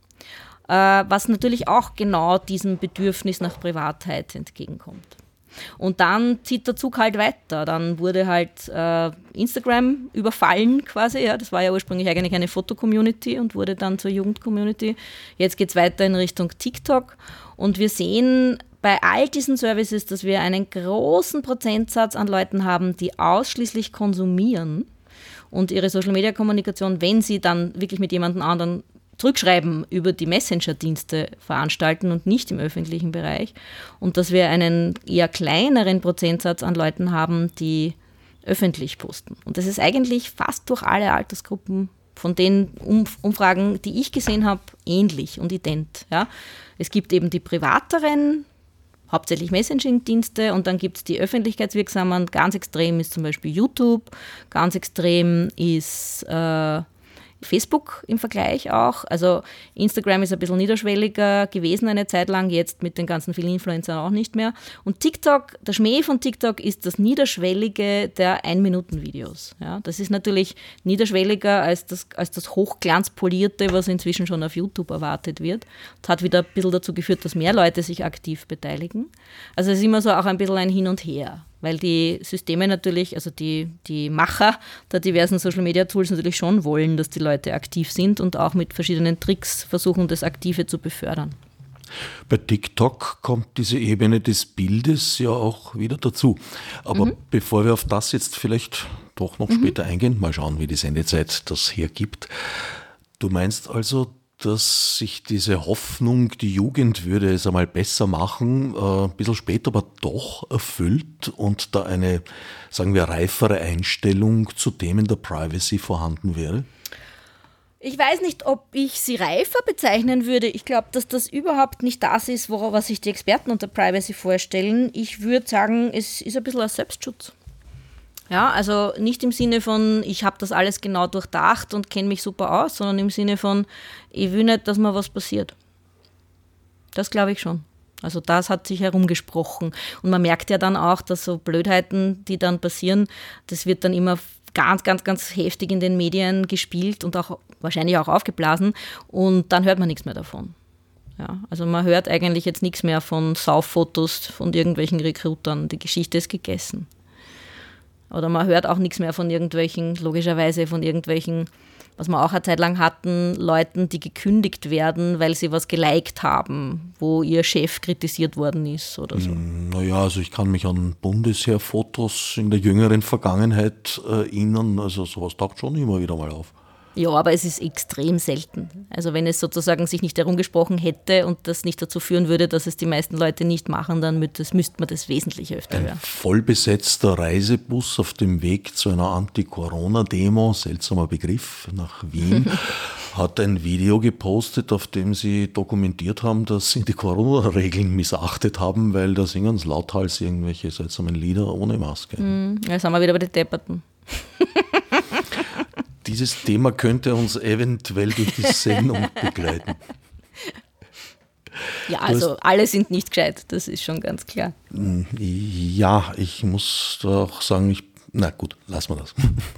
was natürlich auch genau diesem Bedürfnis nach Privatheit entgegenkommt. Und dann zieht der Zug halt weiter. Dann wurde halt äh, Instagram überfallen quasi. Ja. Das war ja ursprünglich eigentlich eine Foto-Community und wurde dann zur Jugend-Community. Jetzt geht es weiter in Richtung TikTok. Und wir sehen bei all diesen Services, dass wir einen großen Prozentsatz an Leuten haben, die ausschließlich konsumieren und ihre Social-Media-Kommunikation, wenn sie dann wirklich mit jemandem anderen zurückschreiben, über die Messenger-Dienste veranstalten und nicht im öffentlichen Bereich. Und dass wir einen eher kleineren Prozentsatz an Leuten haben, die öffentlich posten. Und das ist eigentlich fast durch alle Altersgruppen von den Umfragen, die ich gesehen habe, ähnlich und ident. Ja. Es gibt eben die privateren, hauptsächlich Messaging-Dienste, und dann gibt es die öffentlichkeitswirksamen. Ganz extrem ist zum Beispiel YouTube, ganz extrem ist äh, Facebook im Vergleich auch. Also Instagram ist ein bisschen niederschwelliger gewesen eine Zeit lang, jetzt mit den ganzen vielen Influencern auch nicht mehr. Und TikTok, der Schmäh von TikTok ist das Niederschwellige der Ein-Minuten-Videos. Ja, das ist natürlich niederschwelliger als das, als das Hochglanzpolierte, was inzwischen schon auf YouTube erwartet wird. Das hat wieder ein bisschen dazu geführt, dass mehr Leute sich aktiv beteiligen. Also es ist immer so auch ein bisschen ein Hin und Her. Weil die Systeme natürlich, also die, die Macher der diversen Social-Media-Tools natürlich schon wollen, dass die Leute aktiv sind und auch mit verschiedenen Tricks versuchen, das Aktive zu befördern. Bei TikTok kommt diese Ebene des Bildes ja auch wieder dazu. Aber mhm. bevor wir auf das jetzt vielleicht doch noch mhm. später eingehen, mal schauen, wie die Sendezeit das hergibt. Du meinst also, dass sich diese Hoffnung, die Jugend würde es einmal besser machen, äh, ein bisschen später aber doch erfüllt und da eine, sagen wir, reifere Einstellung zu Themen der Privacy vorhanden wäre? Ich weiß nicht, ob ich sie reifer bezeichnen würde. Ich glaube, dass das überhaupt nicht das ist, worauf sich die Experten unter Privacy vorstellen. Ich würde sagen, es ist ein bisschen ein Selbstschutz. Ja, also nicht im Sinne von, ich habe das alles genau durchdacht und kenne mich super aus, sondern im Sinne von, ich will nicht, dass mir was passiert. Das glaube ich schon. Also das hat sich herumgesprochen. Und man merkt ja dann auch, dass so Blödheiten, die dann passieren, das wird dann immer ganz, ganz, ganz heftig in den Medien gespielt und auch wahrscheinlich auch aufgeblasen. Und dann hört man nichts mehr davon. Ja, also man hört eigentlich jetzt nichts mehr von Sauffotos von irgendwelchen Recruitern. Die Geschichte ist gegessen. Oder man hört auch nichts mehr von irgendwelchen, logischerweise von irgendwelchen, was wir auch eine Zeit lang hatten, Leuten, die gekündigt werden, weil sie was geliked haben, wo ihr Chef kritisiert worden ist oder so. Naja, also ich kann mich an Bundesheerfotos in der jüngeren Vergangenheit erinnern, also sowas taucht schon immer wieder mal auf. Ja, aber es ist extrem selten. Also wenn es sozusagen sich nicht herumgesprochen hätte und das nicht dazu führen würde, dass es die meisten Leute nicht machen, dann müsste man das wesentlich öfter hören. Ein vollbesetzter Reisebus auf dem Weg zu einer Anti-Corona-Demo, seltsamer Begriff, nach Wien, hat ein Video gepostet, auf dem sie dokumentiert haben, dass sie die Corona-Regeln missachtet haben, weil da singen sie lauthals irgendwelche seltsamen Lieder ohne Maske. Mhm, jetzt sind wir wieder bei den Depperten. Dieses Thema könnte uns eventuell durch die Sendung begleiten. Ja, also alle sind nicht gescheit, das ist schon ganz klar. Ja, ich muss auch sagen, ich, na gut, lassen wir das.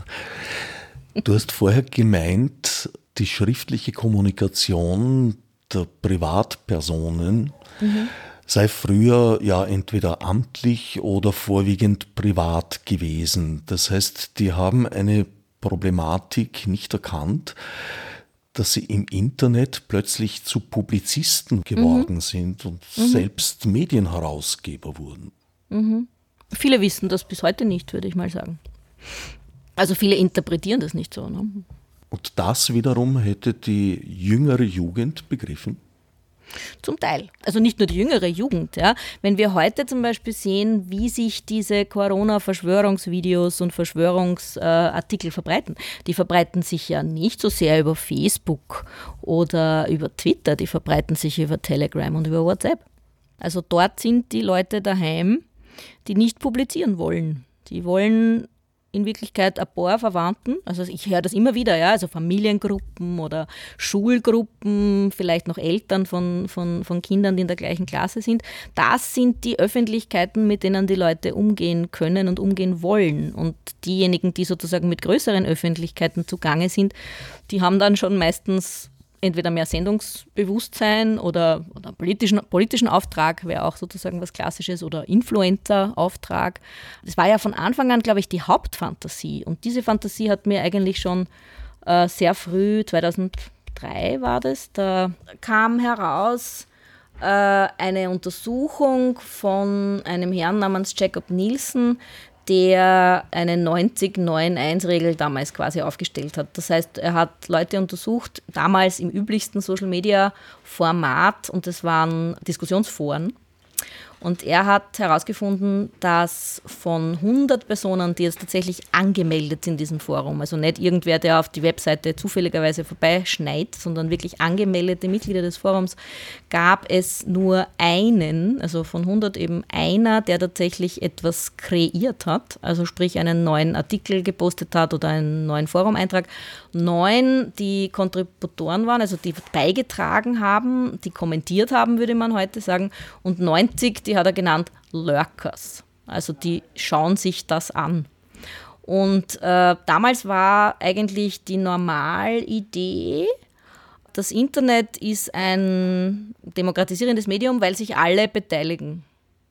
Du hast vorher gemeint, die schriftliche Kommunikation der Privatpersonen mhm. sei früher ja entweder amtlich oder vorwiegend privat gewesen. Das heißt, die haben eine Problematik nicht erkannt, dass sie im Internet plötzlich zu Publizisten geworden mhm. sind und mhm. selbst Medienherausgeber wurden. Mhm. Viele wissen das bis heute nicht, würde ich mal sagen. Also viele interpretieren das nicht so. Ne? Und das wiederum hätte die jüngere Jugend begriffen? Zum Teil. Also nicht nur die jüngere Jugend. Ja. Wenn wir heute zum Beispiel sehen, wie sich diese Corona-Verschwörungsvideos und Verschwörungsartikel äh, verbreiten, die verbreiten sich ja nicht so sehr über Facebook oder über Twitter, die verbreiten sich über Telegram und über WhatsApp. Also dort sind die Leute daheim, die nicht publizieren wollen. Die wollen in Wirklichkeit ein paar Verwandten, also ich höre das immer wieder, ja, also Familiengruppen oder Schulgruppen, vielleicht noch Eltern von, von, von Kindern, die in der gleichen Klasse sind. Das sind die Öffentlichkeiten, mit denen die Leute umgehen können und umgehen wollen. Und diejenigen, die sozusagen mit größeren Öffentlichkeiten zugange sind, die haben dann schon meistens entweder mehr Sendungsbewusstsein oder, oder politischen, politischen Auftrag, wäre auch sozusagen was Klassisches, oder Influencer-Auftrag. Das war ja von Anfang an, glaube ich, die Hauptfantasie. Und diese Fantasie hat mir eigentlich schon äh, sehr früh, zweitausenddrei war das, da kam heraus äh, eine Untersuchung von einem Herrn namens Jacob Nielsen, der eine neunzig neun eins Regel damals quasi aufgestellt hat. Das heißt, er hat Leute untersucht, damals im üblichsten Social-Media-Format, und das waren Diskussionsforen. Und er hat herausgefunden, dass von hundert Personen, die jetzt tatsächlich angemeldet sind in diesem Forum, also nicht irgendwer, der auf die Webseite zufälligerweise vorbeischneit, sondern wirklich angemeldete Mitglieder des Forums, gab es nur einen, also von hundert eben einer, der tatsächlich etwas kreiert hat, also sprich einen neuen Artikel gepostet hat oder einen neuen Forumeintrag. Neun, die Kontributoren waren, also die beigetragen haben, die kommentiert haben, würde man heute sagen, und neunzig, die hat er genannt Lurkers, also die schauen sich das an. Und äh, damals war eigentlich die Normalidee, das Internet ist ein demokratisierendes Medium, weil sich alle beteiligen.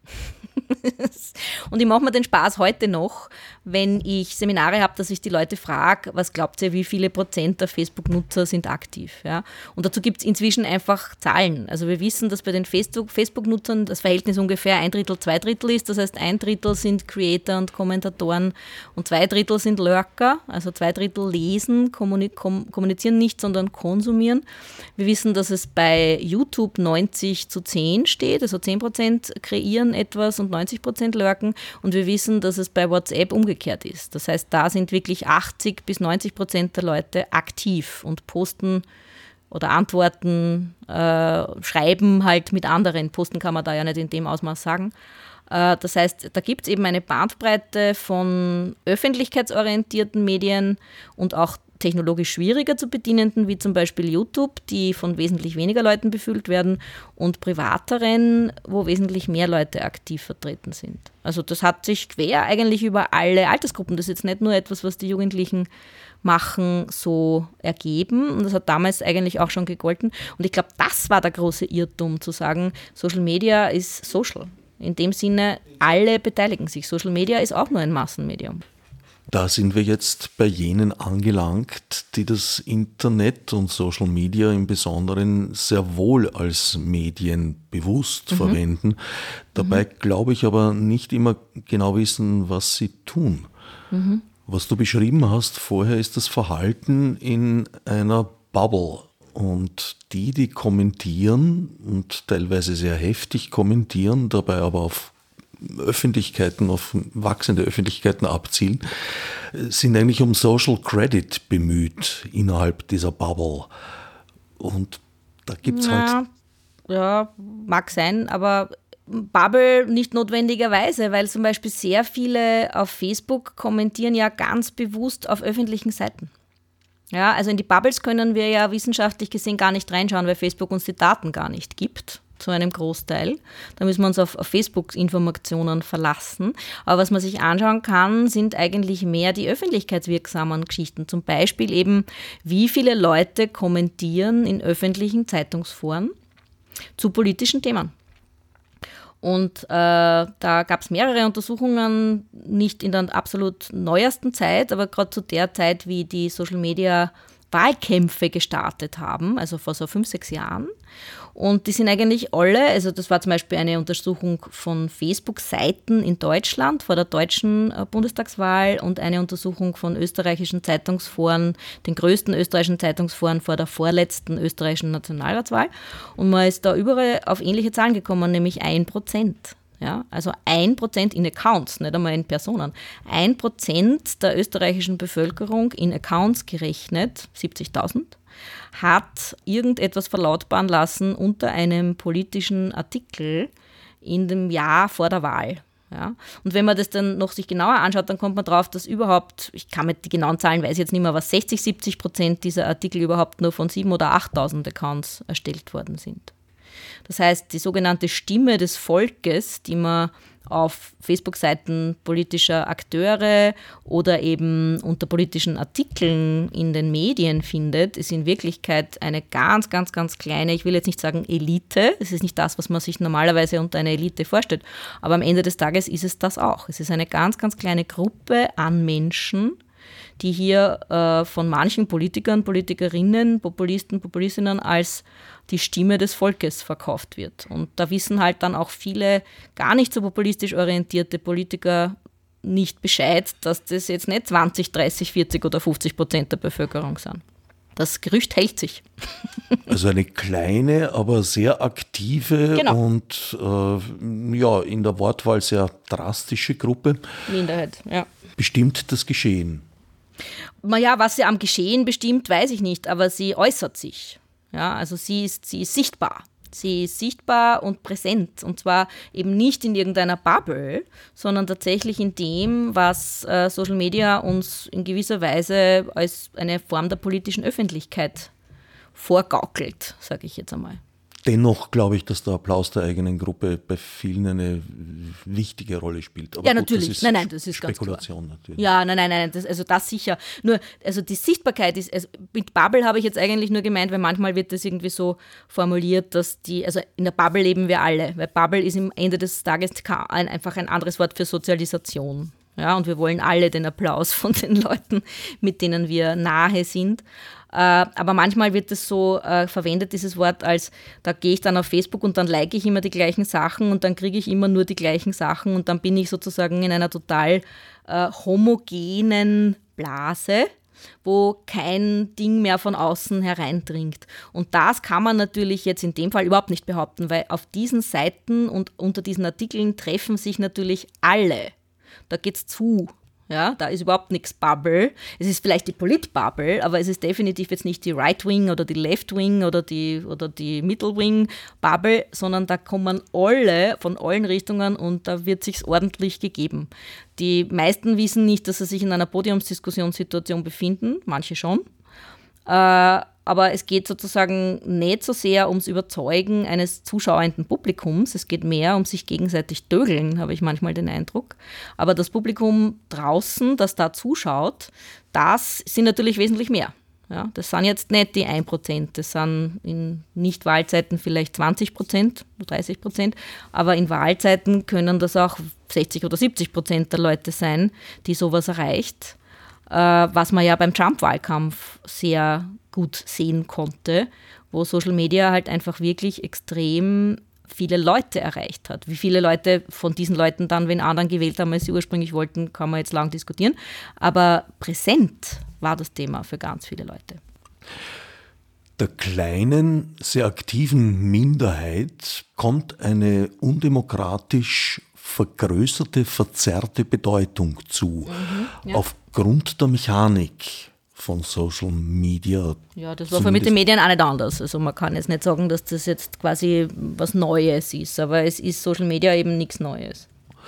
Und ich mache mir den Spaß heute noch, wenn ich Seminare habe, dass ich die Leute frage, was glaubt ihr, wie viele Prozent der Facebook-Nutzer sind aktiv? Ja? Und dazu gibt es inzwischen einfach Zahlen. Also wir wissen, dass bei den Facebook- Facebook-Nutzern das Verhältnis ungefähr ein Drittel, zwei Drittel ist. Das heißt, ein Drittel sind Creator und Kommentatoren und zwei Drittel sind Lurker. Also zwei Drittel lesen, kommunizieren nicht, sondern konsumieren. Wir wissen, dass es bei YouTube neunzig zu zehn steht, also zehn Prozent kreieren etwas und neunzig Prozent lurken. Und wir wissen, dass es bei WhatsApp umgekehrt ist. Das heißt, da sind wirklich achtzig bis neunzig Prozent der Leute aktiv und posten oder antworten, äh, schreiben halt mit anderen. Posten kann man da ja nicht in dem Ausmaß sagen. Äh, das heißt, da gibt es eben eine Bandbreite von öffentlichkeitsorientierten Medien und auch technologisch schwieriger zu bedienenden, wie zum Beispiel YouTube, die von wesentlich weniger Leuten befüllt werden, und privateren, wo wesentlich mehr Leute aktiv vertreten sind. Also das hat sich quer eigentlich über alle Altersgruppen, das ist jetzt nicht nur etwas, was die Jugendlichen machen, so ergeben, und das hat damals eigentlich auch schon gegolten. Und ich glaube, das war der große Irrtum, zu sagen, Social Media ist social. In dem Sinne, alle beteiligen sich. Social Media ist auch nur ein Massenmedium. Da sind wir jetzt bei jenen angelangt, die das Internet und Social Media im Besonderen sehr wohl als Medien bewusst mhm. verwenden. Dabei mhm. glaube ich aber nicht immer genau wissen, was sie tun. Mhm. Was du beschrieben hast vorher, ist das Verhalten in einer Bubble. Und die, die kommentieren und teilweise sehr heftig kommentieren, dabei aber auf Öffentlichkeiten, auf wachsende Öffentlichkeiten abzielen, sind eigentlich um Social Credit bemüht innerhalb dieser Bubble. Und da gibt es halt... Ja, mag sein, aber Bubble nicht notwendigerweise, weil zum Beispiel sehr viele auf Facebook kommentieren ja ganz bewusst auf öffentlichen Seiten. Ja, also in die Bubbles können wir ja wissenschaftlich gesehen gar nicht reinschauen, weil Facebook uns die Daten gar nicht gibt, zu einem Großteil. Da müssen wir uns auf, auf Facebook-Informationen verlassen. Aber was man sich anschauen kann, sind eigentlich mehr die öffentlichkeitswirksamen Geschichten. Zum Beispiel eben, wie viele Leute kommentieren in öffentlichen Zeitungsforen zu politischen Themen. Und äh, da gab es mehrere Untersuchungen, nicht in der absolut neuesten Zeit, aber gerade zu der Zeit, wie die Social-Media-Wahlkämpfe gestartet haben, also vor so fünf, sechs Jahren. Und die sind eigentlich alle, also das war zum Beispiel eine Untersuchung von Facebook-Seiten in Deutschland vor der deutschen Bundestagswahl und eine Untersuchung von österreichischen Zeitungsforen, den größten österreichischen Zeitungsforen vor der vorletzten österreichischen Nationalratswahl. Und man ist da überall auf ähnliche Zahlen gekommen, nämlich ein Prozent. Ja, also ein Prozent in Accounts, nicht einmal in Personen. Ein Prozent der österreichischen Bevölkerung in Accounts gerechnet, siebzigtausend, hat irgendetwas verlautbaren lassen unter einem politischen Artikel in dem Jahr vor der Wahl. Ja. Und wenn man das dann noch sich genauer anschaut, dann kommt man drauf, dass überhaupt, ich kann mit die genauen Zahlen, weiß ich jetzt nicht mehr, was sechzig, siebzig Prozent dieser Artikel überhaupt nur von siebentausend oder achttausend Accounts erstellt worden sind. Das heißt, die sogenannte Stimme des Volkes, die man auf Facebook-Seiten politischer Akteure oder eben unter politischen Artikeln in den Medien findet, ist in Wirklichkeit eine ganz, ganz, ganz kleine, ich will jetzt nicht sagen Elite, es ist nicht das, was man sich normalerweise unter einer Elite vorstellt, aber am Ende des Tages ist es das auch. Es ist eine ganz, ganz kleine Gruppe an Menschen, die hier äh, von manchen Politikern, Politikerinnen, Populisten, Populistinnen als die Stimme des Volkes verkauft wird. Und da wissen halt dann auch viele gar nicht so populistisch orientierte Politiker nicht Bescheid, dass das jetzt nicht zwanzig, dreißig, vierzig oder fünfzig Prozent der Bevölkerung sind. das Gerücht hält sich. Also eine kleine, aber sehr aktive Genau. und äh, ja, in der Wortwahl sehr drastische Gruppe. Minderheit, ja. Bestimmt das Geschehen. Naja, was sie am Geschehen bestimmt, weiß ich nicht, aber sie äußert sich. Ja, also sie ist, sie ist sichtbar. Sie ist sichtbar und präsent, und zwar eben nicht in irgendeiner Bubble, sondern tatsächlich in dem, was äh, Social Media uns in gewisser Weise als eine Form der politischen Öffentlichkeit vorgaukelt, sage ich jetzt einmal. Dennoch glaube ich, dass der Applaus der eigenen Gruppe bei vielen eine wichtige Rolle spielt. Aber ja, gut, natürlich. das ist nein, nein, das ist Spekulation ganz klar. natürlich. Ja, nein, nein, nein, das, also das sicher. Nur, also die Sichtbarkeit ist, also mit Bubble habe ich jetzt eigentlich nur gemeint, weil manchmal wird das irgendwie so formuliert, dass die, also in der Bubble leben wir alle, weil Bubble ist am Ende des Tages ein, einfach ein anderes Wort für Sozialisation. Ja, und wir wollen alle den Applaus von den Leuten, mit denen wir nahe sind. Äh, aber manchmal wird es so äh, verwendet, dieses Wort, als da gehe ich dann auf Facebook und dann like ich immer die gleichen Sachen und dann kriege ich immer nur die gleichen Sachen und dann bin ich sozusagen in einer total äh, homogenen Blase, wo kein Ding mehr von außen hereindringt. Und das kann man natürlich jetzt in dem Fall überhaupt nicht behaupten, weil auf diesen Seiten und unter diesen Artikeln treffen sich natürlich alle. Da geht's zu. Ja, da ist überhaupt nichts Bubble. Es ist vielleicht die Polit-Bubble, aber es ist definitiv jetzt nicht die Right-Wing oder die Left-Wing oder die, oder die Middle-Wing-Bubble, sondern da kommen alle von allen Richtungen und da wird sich's ordentlich gegeben. Die meisten wissen nicht, dass sie sich in einer Podiumsdiskussionssituation befinden, manche schon. Äh, aber es geht sozusagen nicht so sehr ums Überzeugen eines zuschauenden Publikums, es geht mehr um sich gegenseitig dögeln, habe ich manchmal den Eindruck. Aber das Publikum draußen, das da zuschaut, das sind natürlich wesentlich mehr. Ja, das sind jetzt nicht die ein Prozent, das sind in Nicht-Wahlzeiten vielleicht zwanzig Prozent, dreißig Prozent, aber in Wahlzeiten können das auch sechzig oder siebzig Prozent der Leute sein, die sowas erreicht. Was man ja beim Trump-Wahlkampf sehr gut sehen konnte, wo Social Media halt einfach wirklich extrem viele Leute erreicht hat. Wie viele Leute von diesen Leuten dann, wenn anderen gewählt haben, als sie ursprünglich wollten, kann man jetzt lang diskutieren. Aber präsent war das Thema für ganz viele Leute. Der kleinen, sehr aktiven Minderheit kommt eine undemokratisch vergrößerte, verzerrte Bedeutung zu. Mhm, ja. Aufgrund der Mechanik von Social Media. Ja, das war mit den Medien auch nicht anders. Also man kann jetzt nicht sagen, dass das jetzt quasi was Neues ist, aber es ist Social Media eben nichts Neues.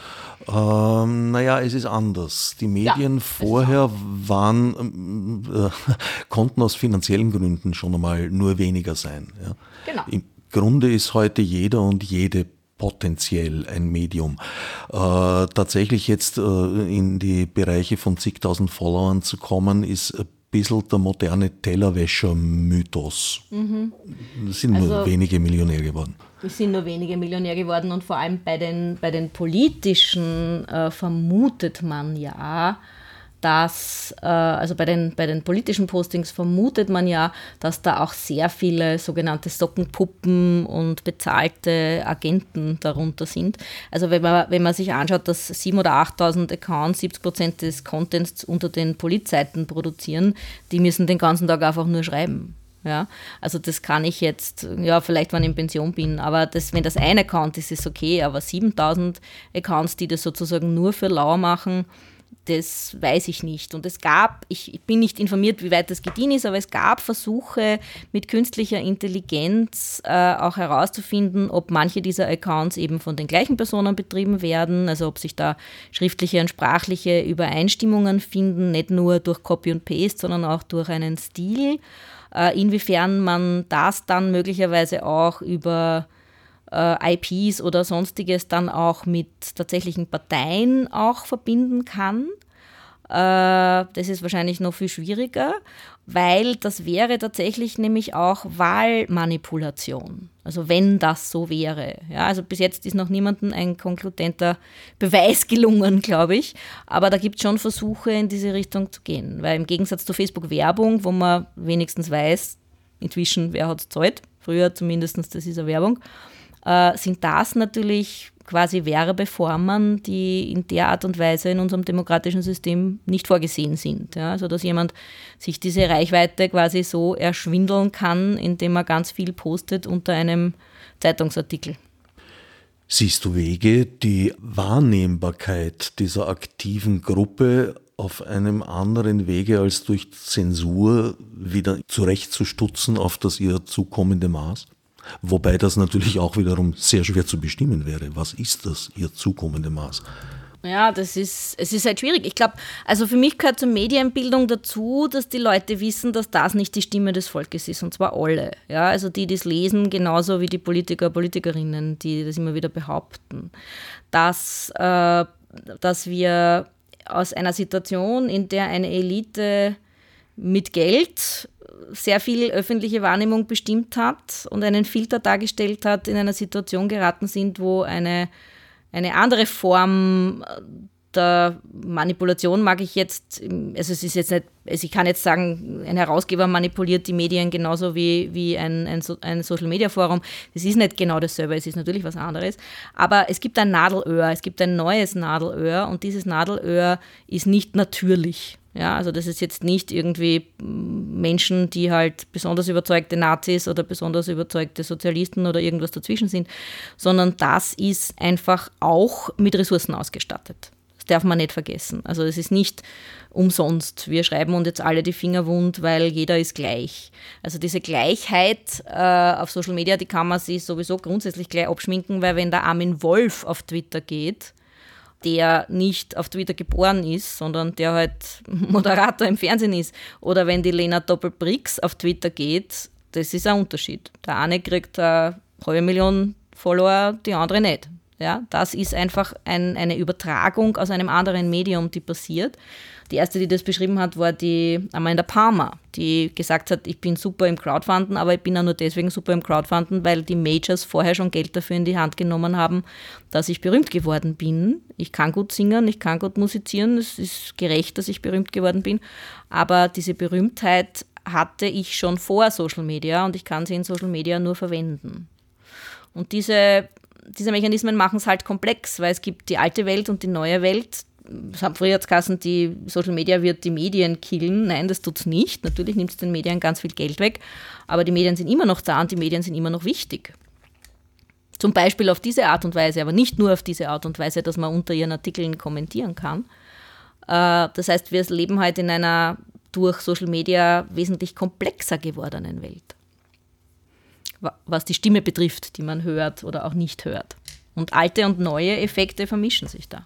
Ähm, naja, es ist anders. Die Medien ja, vorher waren, äh, konnten aus finanziellen Gründen schon einmal nur weniger sein. Ja. Genau. Im Grunde ist heute jeder und jede potenziell ein Medium. Äh, tatsächlich jetzt äh, in die Bereiche von zigtausend Followern zu kommen, ist ein bisschen der moderne Tellerwäscher-Mythos. Mhm. Es sind also, nur wenige Millionär geworden. Es sind nur wenige Millionär geworden und vor allem bei den, bei den politischen äh, vermutet man ja, dass, äh, also bei den, bei den politischen Postings vermutet man ja, dass da auch sehr viele sogenannte Sockenpuppen und bezahlte Agenten darunter sind. Also wenn man, wenn man sich anschaut, dass siebentausend oder achttausend Accounts siebzig Prozent des Contents unter den Politseiten produzieren, die müssen den ganzen Tag einfach nur schreiben. Ja, also das kann ich jetzt, ja, vielleicht, wenn ich in Pension bin, aber das, wenn das ein Account ist, ist okay, aber siebentausend Accounts, die das sozusagen nur für lau machen, das weiß ich nicht. Und es gab, ich, ich bin nicht informiert, wie weit das gediehen ist, aber es gab Versuche mit künstlicher Intelligenz äh, auch herauszufinden, ob manche dieser Accounts eben von den gleichen Personen betrieben werden, also ob sich da schriftliche und sprachliche Übereinstimmungen finden, nicht nur durch Copy und Paste, sondern auch durch einen Stil. Äh, inwiefern man das dann möglicherweise auch über I Ps oder sonstiges dann auch mit tatsächlichen Parteien auch verbinden kann. Das ist wahrscheinlich noch viel schwieriger, weil das wäre tatsächlich nämlich auch Wahlmanipulation. Also wenn das so wäre. Ja, also bis jetzt ist noch niemandem ein konkludenter Beweis gelungen, glaube ich. Aber da gibt es schon Versuche, in diese Richtung zu gehen. Weil im Gegensatz zur Facebook-Werbung, wo man wenigstens weiß, inzwischen, wer hat es gezahlt, früher zumindest, das ist eine Werbung, äh, sind das natürlich quasi Werbeformen, die in der Art und Weise in unserem demokratischen System nicht vorgesehen sind. Ja, also dass jemand sich diese Reichweite quasi so erschwindeln kann, indem er ganz viel postet unter einem Zeitungsartikel. Siehst du Wege, die Wahrnehmbarkeit dieser aktiven Gruppe auf einem anderen Wege als durch Zensur wieder zurechtzustutzen auf das ihr zukommende Maß? Wobei das natürlich auch wiederum sehr schwer zu bestimmen wäre. Was ist das, ihr zukommende Maß? Ja, das ist, es ist halt schwierig. Ich glaube, also für mich gehört zur Medienbildung dazu, dass die Leute wissen, dass das nicht die Stimme des Volkes ist, und zwar alle. Ja, also die, die es lesen, genauso wie die Politiker, Politikerinnen, die das immer wieder behaupten. Dass, äh, dass wir aus einer Situation, in der eine Elite mit Geld sehr viel öffentliche Wahrnehmung bestimmt hat und einen Filter dargestellt hat, in einer Situation geraten sind, wo eine, eine andere Form der Manipulation, mag ich jetzt, also es ist jetzt nicht, also ich kann jetzt sagen, ein Herausgeber manipuliert die Medien genauso wie, wie ein, ein, ein Social-Media-Forum. Das ist nicht genau dasselbe, es ist natürlich was anderes, aber es gibt ein Nadelöhr, es gibt ein neues Nadelöhr und dieses Nadelöhr ist nicht natürlich. Ja, also das ist jetzt nicht irgendwie Menschen, die halt besonders überzeugte Nazis oder besonders überzeugte Sozialisten oder irgendwas dazwischen sind, sondern das ist einfach auch mit Ressourcen ausgestattet. Das darf man nicht vergessen. Also es ist nicht umsonst. Wir schreiben uns jetzt alle die Finger wund, weil jeder ist gleich. Also diese Gleichheit äh, auf Social Media, die kann man sich sowieso grundsätzlich gleich abschminken, weil wenn der Armin Wolf auf Twitter geht, der nicht auf Twitter geboren ist, sondern der halt Moderator im Fernsehen ist. Oder wenn die Lena Doppel-Brix auf Twitter geht, das ist ein Unterschied. Der eine kriegt eine halbe Million Follower, die andere nicht. Ja, das ist einfach ein, eine Übertragung aus einem anderen Medium, die passiert. Die erste, die das beschrieben hat, war die Amanda Palmer, die gesagt hat, ich bin super im Crowdfunden, aber ich bin auch nur deswegen super im Crowdfunden, weil die Majors vorher schon Geld dafür in die Hand genommen haben, dass ich berühmt geworden bin. Ich kann gut singen, ich kann gut musizieren, es ist gerecht, dass ich berühmt geworden bin, aber diese Berühmtheit hatte ich schon vor Social Media und ich kann sie in Social Media nur verwenden. Und diese, diese Mechanismen machen es halt komplex, weil es gibt die alte Welt und die neue Welt. Es haben früher geheißen, die Social Media wird die Medien killen. Nein, das tut es nicht. Natürlich nimmt es den Medien ganz viel Geld weg, aber die Medien sind immer noch da und die Medien sind immer noch wichtig. Zum Beispiel auf diese Art und Weise, aber nicht nur auf diese Art und Weise, dass man unter ihren Artikeln kommentieren kann. Das heißt, wir leben heute in einer durch Social Media wesentlich komplexer gewordenen Welt, was die Stimme betrifft, die man hört oder auch nicht hört. Und alte und neue Effekte vermischen sich da.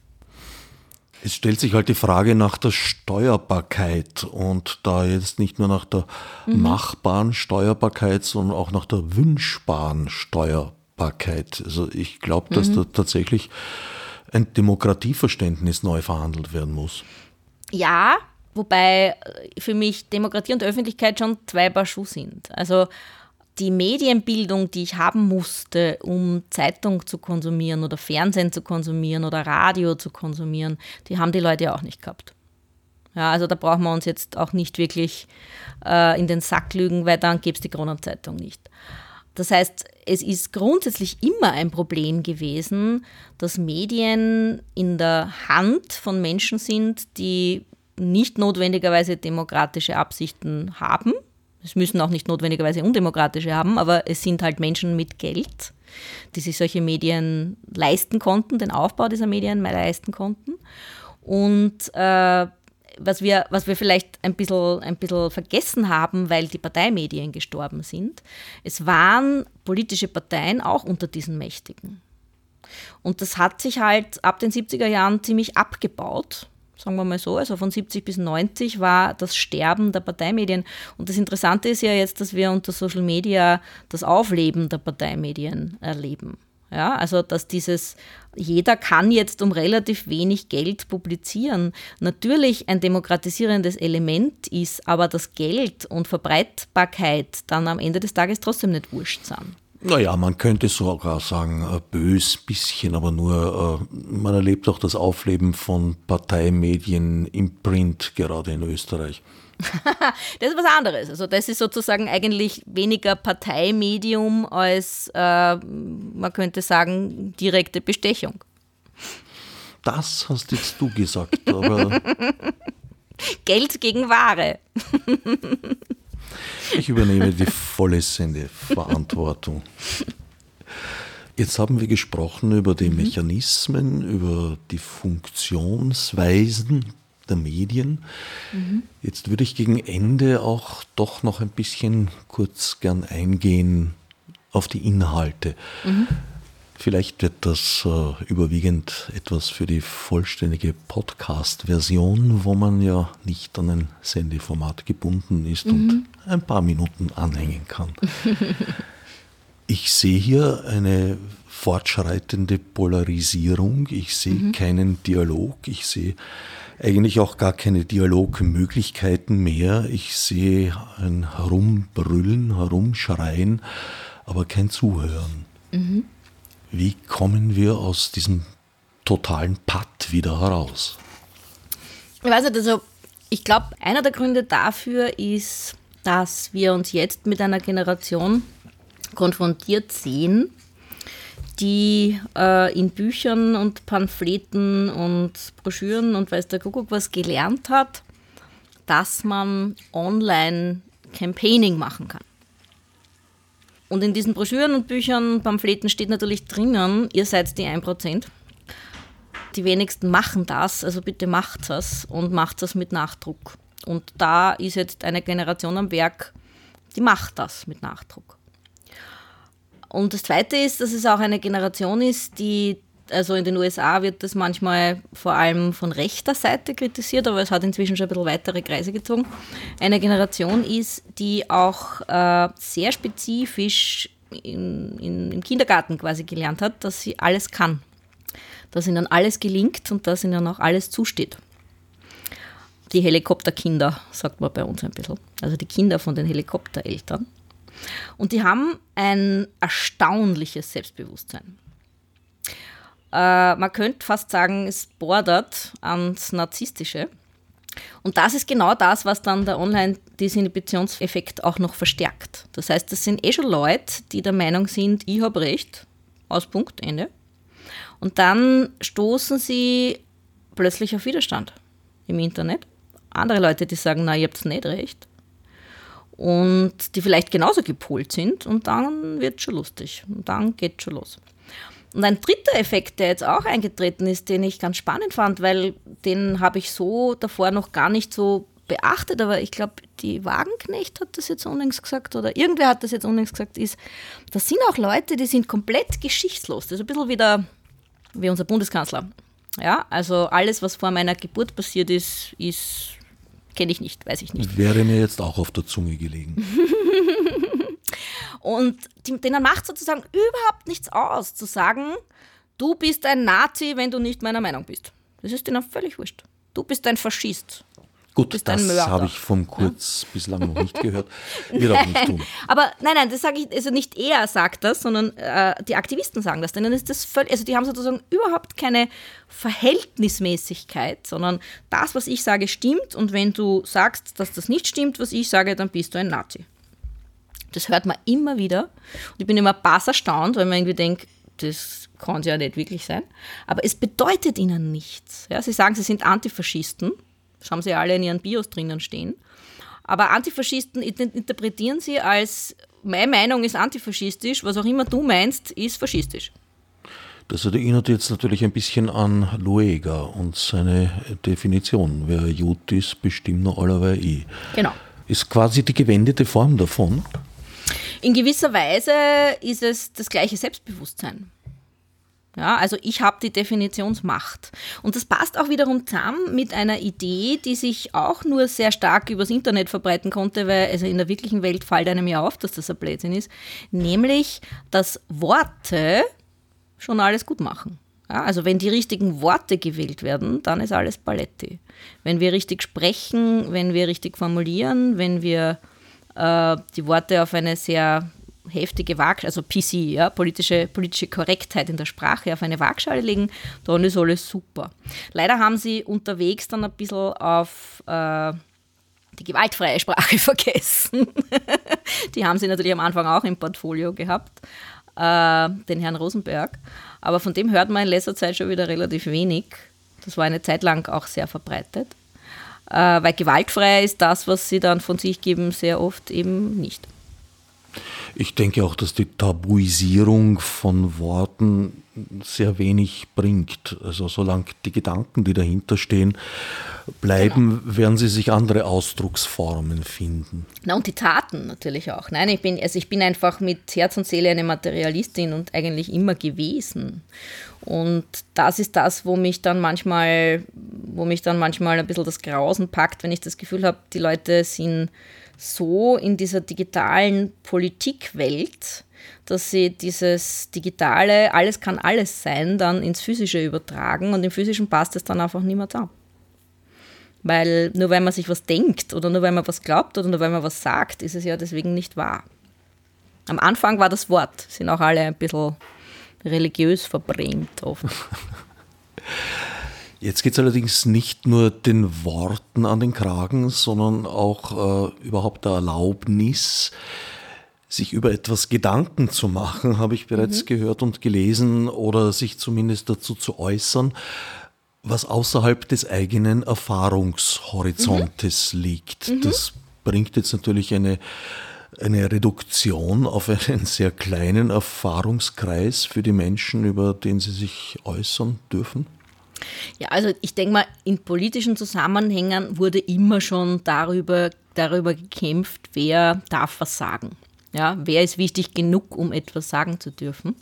Es stellt sich halt die Frage nach der Steuerbarkeit und da jetzt nicht nur nach der mhm. machbaren Steuerbarkeit, sondern auch nach der wünschbaren Steuerbarkeit. Also ich glaube, dass mhm. da tatsächlich ein Demokratieverständnis neu verhandelt werden muss. Ja, wobei für mich Demokratie und Öffentlichkeit schon zwei Paar Schuhe sind. Also die Medienbildung, die ich haben musste, um Zeitung zu konsumieren oder Fernsehen zu konsumieren oder Radio zu konsumieren, die haben die Leute auch nicht gehabt. Ja, also da brauchen wir uns jetzt auch nicht wirklich äh, in den Sack lügen, weil dann gäbe es die Kronenzeitung nicht. Das heißt, es ist grundsätzlich immer ein Problem gewesen, dass Medien in der Hand von Menschen sind, die nicht notwendigerweise demokratische Absichten haben. Es müssen auch nicht notwendigerweise undemokratische haben, aber es sind halt Menschen mit Geld, die sich solche Medien leisten konnten, den Aufbau dieser Medien mal leisten konnten. Und äh, was wir, was wir vielleicht ein bisschen, ein bisschen vergessen haben, weil die Parteimedien gestorben sind, es waren politische Parteien auch unter diesen Mächtigen. Und das hat sich halt ab den siebziger Jahren ziemlich abgebaut. Sagen wir mal so, also von siebzig bis neunzig war das Sterben der Parteimedien. Und das Interessante ist ja jetzt, dass wir unter Social Media das Aufleben der Parteimedien erleben. Ja, also dass dieses, jeder kann jetzt um relativ wenig Geld publizieren, natürlich ein demokratisierendes Element ist, aber das Geld und Verbreitbarkeit dann am Ende des Tages trotzdem nicht wurscht sind. Naja, man könnte sogar sagen, äh, bös bisschen, aber nur, äh, man erlebt auch das Aufleben von Parteimedien im Print, gerade in Österreich. Das ist was anderes. Also das ist sozusagen eigentlich weniger Parteimedium als, äh, man könnte sagen, direkte Bestechung. Das hast jetzt du gesagt, aber... Geld gegen Ware. Ich übernehme die volle Sendeverantwortung. Jetzt haben wir gesprochen über die Mechanismen, über die Funktionsweisen der Medien. Mhm. Jetzt würde ich gegen Ende auch doch noch ein bisschen kurz gern eingehen auf die Inhalte. Mhm. Vielleicht wird das äh, überwiegend etwas für die vollständige Podcast-Version, wo man ja nicht an ein Sendeformat gebunden ist mhm. und ein paar Minuten anhängen kann. Ich sehe hier eine fortschreitende Polarisierung, ich sehe mhm. keinen Dialog, ich sehe eigentlich auch gar keine Dialogmöglichkeiten mehr. Ich sehe ein Herumbrüllen, Herumschreien, aber kein Zuhören. Mhm. Wie kommen wir aus diesem totalen Patt wieder heraus? Ich weiß nicht, also ich glaube, einer der Gründe dafür ist, dass wir uns jetzt mit einer Generation konfrontiert sehen, die äh, in Büchern und Pamphleten und Broschüren und weiß der Kuckuck was gelernt hat, dass man online Campaigning machen kann. Und in diesen Broschüren und Büchern und Pamphleten steht natürlich drinnen, ihr seid die ein Prozent. Die wenigsten machen das, also bitte macht das und macht das mit Nachdruck. Und da ist jetzt eine Generation am Werk, die macht das mit Nachdruck. Und das Zweite ist, dass es auch eine Generation ist, die, also in den U S A wird das manchmal vor allem von rechter Seite kritisiert, aber es hat inzwischen schon ein bisschen weitere Kreise gezogen, eine Generation ist, die auch äh, sehr spezifisch in, in, im Kindergarten quasi gelernt hat, dass sie alles kann, dass ihnen alles gelingt und dass ihnen auch alles zusteht. Die Helikopterkinder, sagt man bei uns ein bisschen, also die Kinder von den Helikoptereltern. Und die haben ein erstaunliches Selbstbewusstsein. Äh, man könnte fast sagen, es bordert ans Narzisstische. Und das ist genau das, was dann der Online-Desinhibitionseffekt auch noch verstärkt. Das heißt, das sind eh schon Leute, die der Meinung sind, ich habe Recht, aus Punkt, Ende. Und dann stoßen sie plötzlich auf Widerstand im Internet. Andere Leute, die sagen, na, ihr habt nicht recht. Und die vielleicht genauso gepolt sind und dann wird es schon lustig und dann geht es schon los. Und ein dritter Effekt, der jetzt auch eingetreten ist, den ich ganz spannend fand, weil den habe ich so davor noch gar nicht so beachtet, aber ich glaube, die Wagenknecht hat das jetzt unlängst gesagt oder irgendwer hat das jetzt unlängst gesagt, ist, das sind auch Leute, die sind komplett geschichtslos. Das ist ein bisschen wie, der, wie unser Bundeskanzler. Ja, also alles, was vor meiner Geburt passiert ist, ist kenne ich nicht, weiß ich nicht. Wäre mir jetzt auch auf der Zunge gelegen. Und die, denen macht sozusagen überhaupt nichts aus, zu sagen, du bist ein Nazi, wenn du nicht meiner Meinung bist. Das ist denen völlig wurscht. Du bist ein Faschist. Gut, das habe ich von Kurz ja? bislang noch nicht gehört. Wird auch nicht tun. Aber nein, nein, das sage ich, also nicht er sagt das, sondern äh, die Aktivisten sagen das. Denen ist das völlig, also die haben sozusagen überhaupt keine Verhältnismäßigkeit, sondern das, was ich sage, stimmt. Und wenn du sagst, dass das nicht stimmt, was ich sage, dann bist du ein Nazi. Das hört man immer wieder. Und ich bin immer bass erstaunt, weil man irgendwie denkt, das kann ja nicht wirklich sein. Aber es bedeutet ihnen nichts. Ja, sie sagen, sie sind Antifaschisten. Das haben sie alle in ihren Bios drinnen stehen. Aber Antifaschisten interpretieren sie als, meine Meinung ist antifaschistisch, was auch immer du meinst, ist faschistisch. Das erinnert jetzt natürlich ein bisschen an Luega und seine Definition. Wer Jud ist, bestimmt noch allerweil ich. Genau. Ist quasi die gewendete Form davon? In gewisser Weise ist es das gleiche Selbstbewusstsein. Ja, also ich habe die Definitionsmacht. Und das passt auch wiederum zusammen mit einer Idee, die sich auch nur sehr stark übers Internet verbreiten konnte, weil also in der wirklichen Welt fällt einem ja auf, dass das ein Blödsinn ist, nämlich, dass Worte schon alles gut machen. Ja, also wenn die richtigen Worte gewählt werden, dann ist alles Paletti. Wenn wir richtig sprechen, wenn wir richtig formulieren, wenn wir äh, die Worte auf eine sehr heftige Waagschale, also P C, ja, politische, politische Korrektheit in der Sprache auf eine Waagschale legen, dann ist alles super. Leider haben sie unterwegs dann ein bisschen auf äh, die gewaltfreie Sprache vergessen. Die haben sie natürlich am Anfang auch im Portfolio gehabt, äh, den Herrn Rosenberg. Aber von dem hört man in letzter Zeit schon wieder relativ wenig. Das war eine Zeit lang auch sehr verbreitet. Äh, weil gewaltfrei ist das, was sie dann von sich geben, sehr oft eben nicht. Ich denke auch, dass die Tabuisierung von Worten sehr wenig bringt. Also solange die Gedanken, die dahinter stehen, bleiben, genau, werden sie sich andere Ausdrucksformen finden. Na, und die Taten natürlich auch. Nein, ich bin, also ich bin einfach mit Herz und Seele eine Materialistin und eigentlich immer gewesen. Und das ist das, wo mich dann manchmal, wo mich dann manchmal ein bisschen das Grausen packt, wenn ich das Gefühl habe, die Leute sind so in dieser digitalen Politikwelt, dass sie dieses digitale, alles kann alles sein, dann ins Physische übertragen und im Physischen passt es dann einfach nicht mehr zusammen. Weil nur weil man sich was denkt oder nur weil man was glaubt oder nur weil man was sagt, ist es ja deswegen nicht wahr. Am Anfang war das Wort, sind auch alle ein bisschen religiös verbrämt oft. Jetzt geht es allerdings nicht nur den Worten an den Kragen, sondern auch äh, überhaupt der Erlaubnis, sich über etwas Gedanken zu machen, habe ich bereits mhm. gehört und gelesen, oder sich zumindest dazu zu äußern, was außerhalb des eigenen Erfahrungshorizontes mhm. liegt. Mhm. Das bringt jetzt natürlich eine, eine Reduktion auf einen sehr kleinen Erfahrungskreis für die Menschen, über den sie sich äußern dürfen. Ja, also ich denke mal, in politischen Zusammenhängen wurde immer schon darüber, darüber gekämpft, wer darf was sagen. Ja, wer ist wichtig genug, um etwas sagen zu dürfen.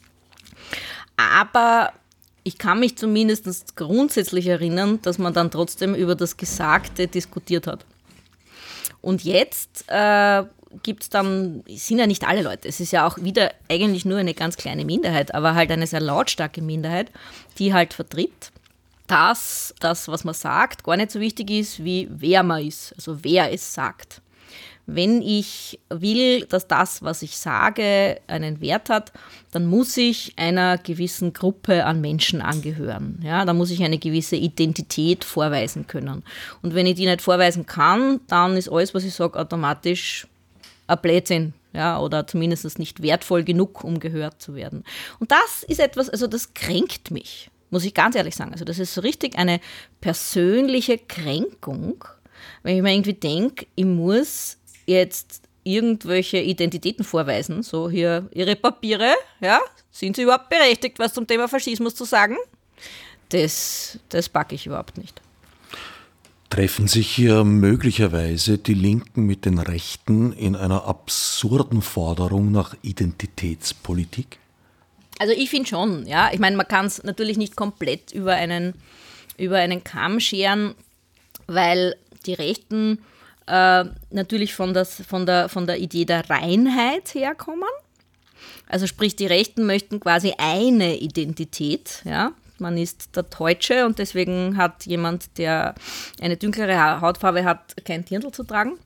Aber ich kann mich zumindest grundsätzlich erinnern, dass man dann trotzdem über das Gesagte diskutiert hat. Und jetzt äh, gibt es dann, es sind ja nicht alle Leute, es ist ja auch wieder eigentlich nur eine ganz kleine Minderheit, aber halt eine sehr lautstarke Minderheit, die halt vertritt, dass das, was man sagt, gar nicht so wichtig ist, wie wer man ist, also wer es sagt. Wenn ich will, dass das, was ich sage, einen Wert hat, dann muss ich einer gewissen Gruppe an Menschen angehören. Ja, da muss ich eine gewisse Identität vorweisen können. Und wenn ich die nicht vorweisen kann, dann ist alles, was ich sage, automatisch ein Blödsinn. Ja, oder zumindest nicht wertvoll genug, um gehört zu werden. Und das ist etwas, also das kränkt mich. Muss ich ganz ehrlich sagen. Also das ist so richtig eine persönliche Kränkung, wenn ich mir irgendwie denke, ich muss jetzt irgendwelche Identitäten vorweisen, so hier Ihre Papiere, ja, sind Sie überhaupt berechtigt, was zum Thema Faschismus zu sagen? Das, das packe ich überhaupt nicht. Treffen sich hier möglicherweise die Linken mit den Rechten in einer absurden Forderung nach Identitätspolitik? Also ich finde schon, ja. Ich meine, man kann es natürlich nicht komplett über einen, über einen Kamm scheren, weil die Rechten äh, natürlich von, das, von, der, von der Idee der Reinheit herkommen. Also sprich, die Rechten möchten quasi eine Identität, ja. Man ist der Deutsche und deswegen hat jemand, der eine dunklere Hautfarbe hat, kein Dirndl zu tragen.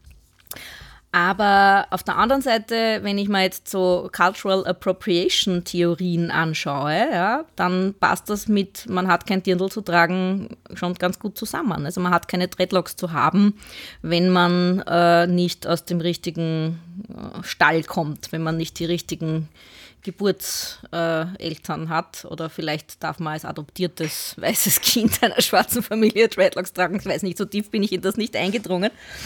Aber auf der anderen Seite, wenn ich mir jetzt so Cultural Appropriation Theorien anschaue, ja, dann passt das mit, man hat kein Dirndl zu tragen, schon ganz gut zusammen. Also man hat keine Dreadlocks zu haben, wenn man äh, nicht aus dem richtigen äh, Stall kommt, wenn man nicht die richtigen Geburtseltern äh, hat, oder vielleicht darf man als adoptiertes weißes Kind einer schwarzen Familie Dreadlocks tragen. Ich weiß nicht, so tief bin ich in das nicht eingedrungen.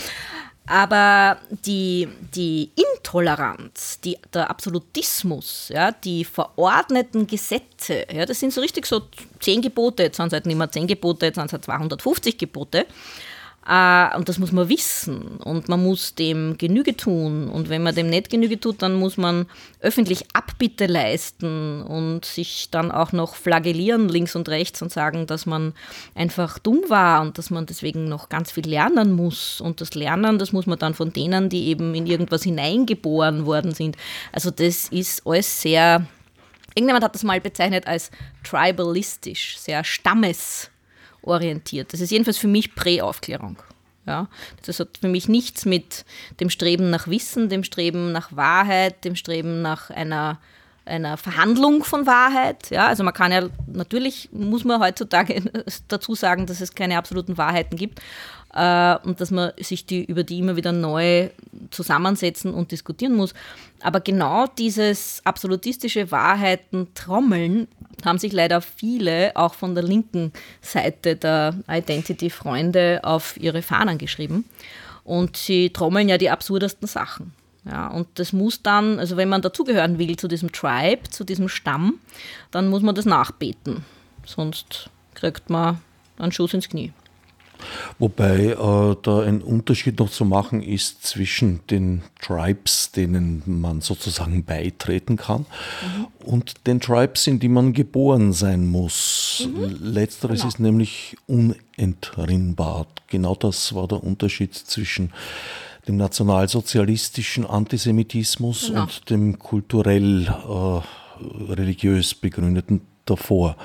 Aber die, die Intoleranz, die, der Absolutismus, ja, die verordneten Gesetze, ja, das sind so richtig so zehn Gebote, jetzt sind es halt nicht mehr zehn Gebote, jetzt sind es halt zweihundertfünfzig Gebote. Äh, und das muss man wissen und man muss dem Genüge tun. Und wenn man dem nicht Genüge tut, dann muss man öffentlich Abbitte leisten und sich dann auch noch flagellieren links und rechts und sagen, dass man einfach dumm war und dass man deswegen noch ganz viel lernen muss. Und das Lernen, das muss man dann von denen, die eben in irgendwas hineingeboren worden sind. Also das ist alles sehr, irgendjemand hat das mal bezeichnet als tribalistisch, sehr stammesorientiert. Das ist jedenfalls für mich Präaufklärung. Ja, das hat für mich nichts mit dem Streben nach Wissen, dem Streben nach Wahrheit, dem Streben nach einer einer Verhandlung von Wahrheit. Ja, also man kann ja, natürlich muss man heutzutage dazu sagen, dass es keine absoluten Wahrheiten gibt äh, und dass man sich die, über die immer wieder neu zusammensetzen und diskutieren muss. Aber genau dieses absolutistische Wahrheiten-Trommeln haben sich leider viele, auch von der linken Seite der Identity-Freunde, auf ihre Fahnen geschrieben. Und sie trommeln ja die absurdesten Sachen. Ja, und das muss dann, also wenn man dazugehören will zu diesem Tribe, zu diesem Stamm, dann muss man das nachbeten. Sonst kriegt man einen Schuss ins Knie. Wobei äh, da ein Unterschied noch zu machen ist zwischen den Tribes, denen man sozusagen beitreten kann, mhm. und den Tribes, in die man geboren sein muss. Mhm. Letzteres genau. ist nämlich unentrinnbar. Genau das war der Unterschied zwischen dem nationalsozialistischen Antisemitismus genau. und dem kulturell äh, religiös begründeten davor.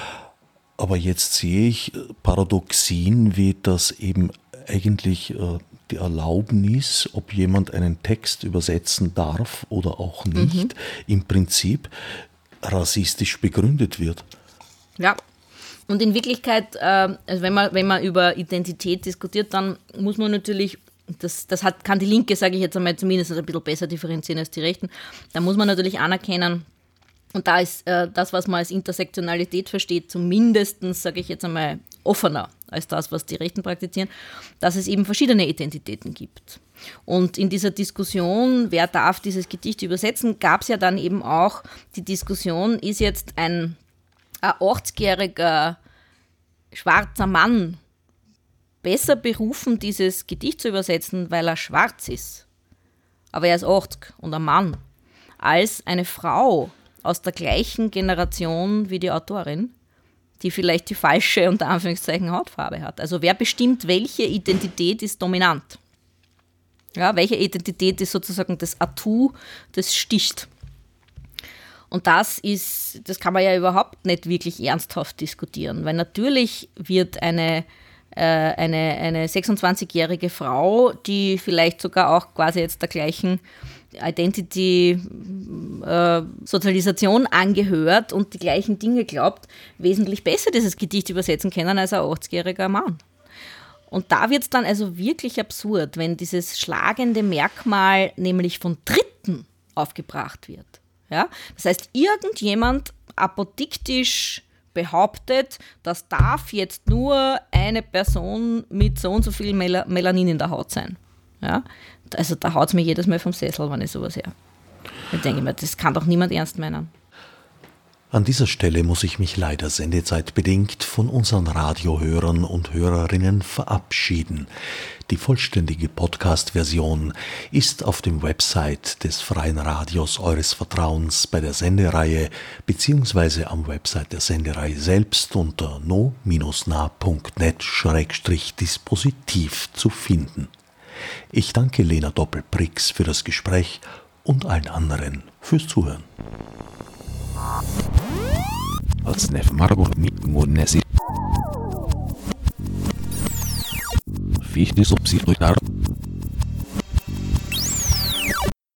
Aber jetzt sehe ich Paradoxien, wie das eben eigentlich äh, die Erlaubnis, ob jemand einen Text übersetzen darf oder auch nicht, mhm. im Prinzip rassistisch begründet wird. Ja, und in Wirklichkeit, äh, also wenn man, wenn man über Identität diskutiert, dann muss man natürlich, das, das hat, kann die Linke, sage ich jetzt einmal, zumindest ein bisschen besser differenzieren als die Rechten, da muss man natürlich anerkennen, und da ist äh, das, was man als Intersektionalität versteht, zumindest, sage ich jetzt einmal, offener als das, was die Rechten praktizieren, dass es eben verschiedene Identitäten gibt. Und in dieser Diskussion, wer darf dieses Gedicht übersetzen, gab es ja dann eben auch die Diskussion, ist jetzt ein, ein achtzigjähriger schwarzer Mann besser berufen, dieses Gedicht zu übersetzen, weil er schwarz ist, aber er ist achtzig und ein Mann, als eine Frau aus der gleichen Generation wie die Autorin, die vielleicht die falsche, unter Anführungszeichen, Hautfarbe hat. Also wer bestimmt, welche Identität ist dominant? Ja, welche Identität ist sozusagen das Atout, das sticht? Und das ist, das kann man ja überhaupt nicht wirklich ernsthaft diskutieren, weil natürlich wird eine, äh, eine, eine sechsundzwanzigjährige Frau, die vielleicht sogar auch quasi jetzt der gleichen Identity-Sozialisation äh, angehört und die gleichen Dinge glaubt, wesentlich besser dieses Gedicht übersetzen können als ein achtzigjähriger Mann. Und da wird es dann also wirklich absurd, wenn dieses schlagende Merkmal nämlich von Dritten aufgebracht wird. Ja? Das heißt, irgendjemand apodiktisch behauptet, das darf jetzt nur eine Person mit so und so viel Mel- Melanin in der Haut sein. Ja? Also da haut es mir jedes Mal vom Sessel, wenn ich sowas höre. Da denke ich mir, das kann doch niemand ernst meinen. An dieser Stelle muss ich mich leider sendezeitbedingt von unseren Radiohörern und Hörerinnen verabschieden. Die vollständige Podcast-Version ist auf dem Website des Freien Radios eures Vertrauens bei der Sendereihe beziehungsweise am Website der Sendereihe selbst unter no dash na punkt net schrägstrich dispositiv zu finden. Ich danke Lena Doppel-Prix für das Gespräch und allen anderen fürs Zuhören. Fichte subsidiar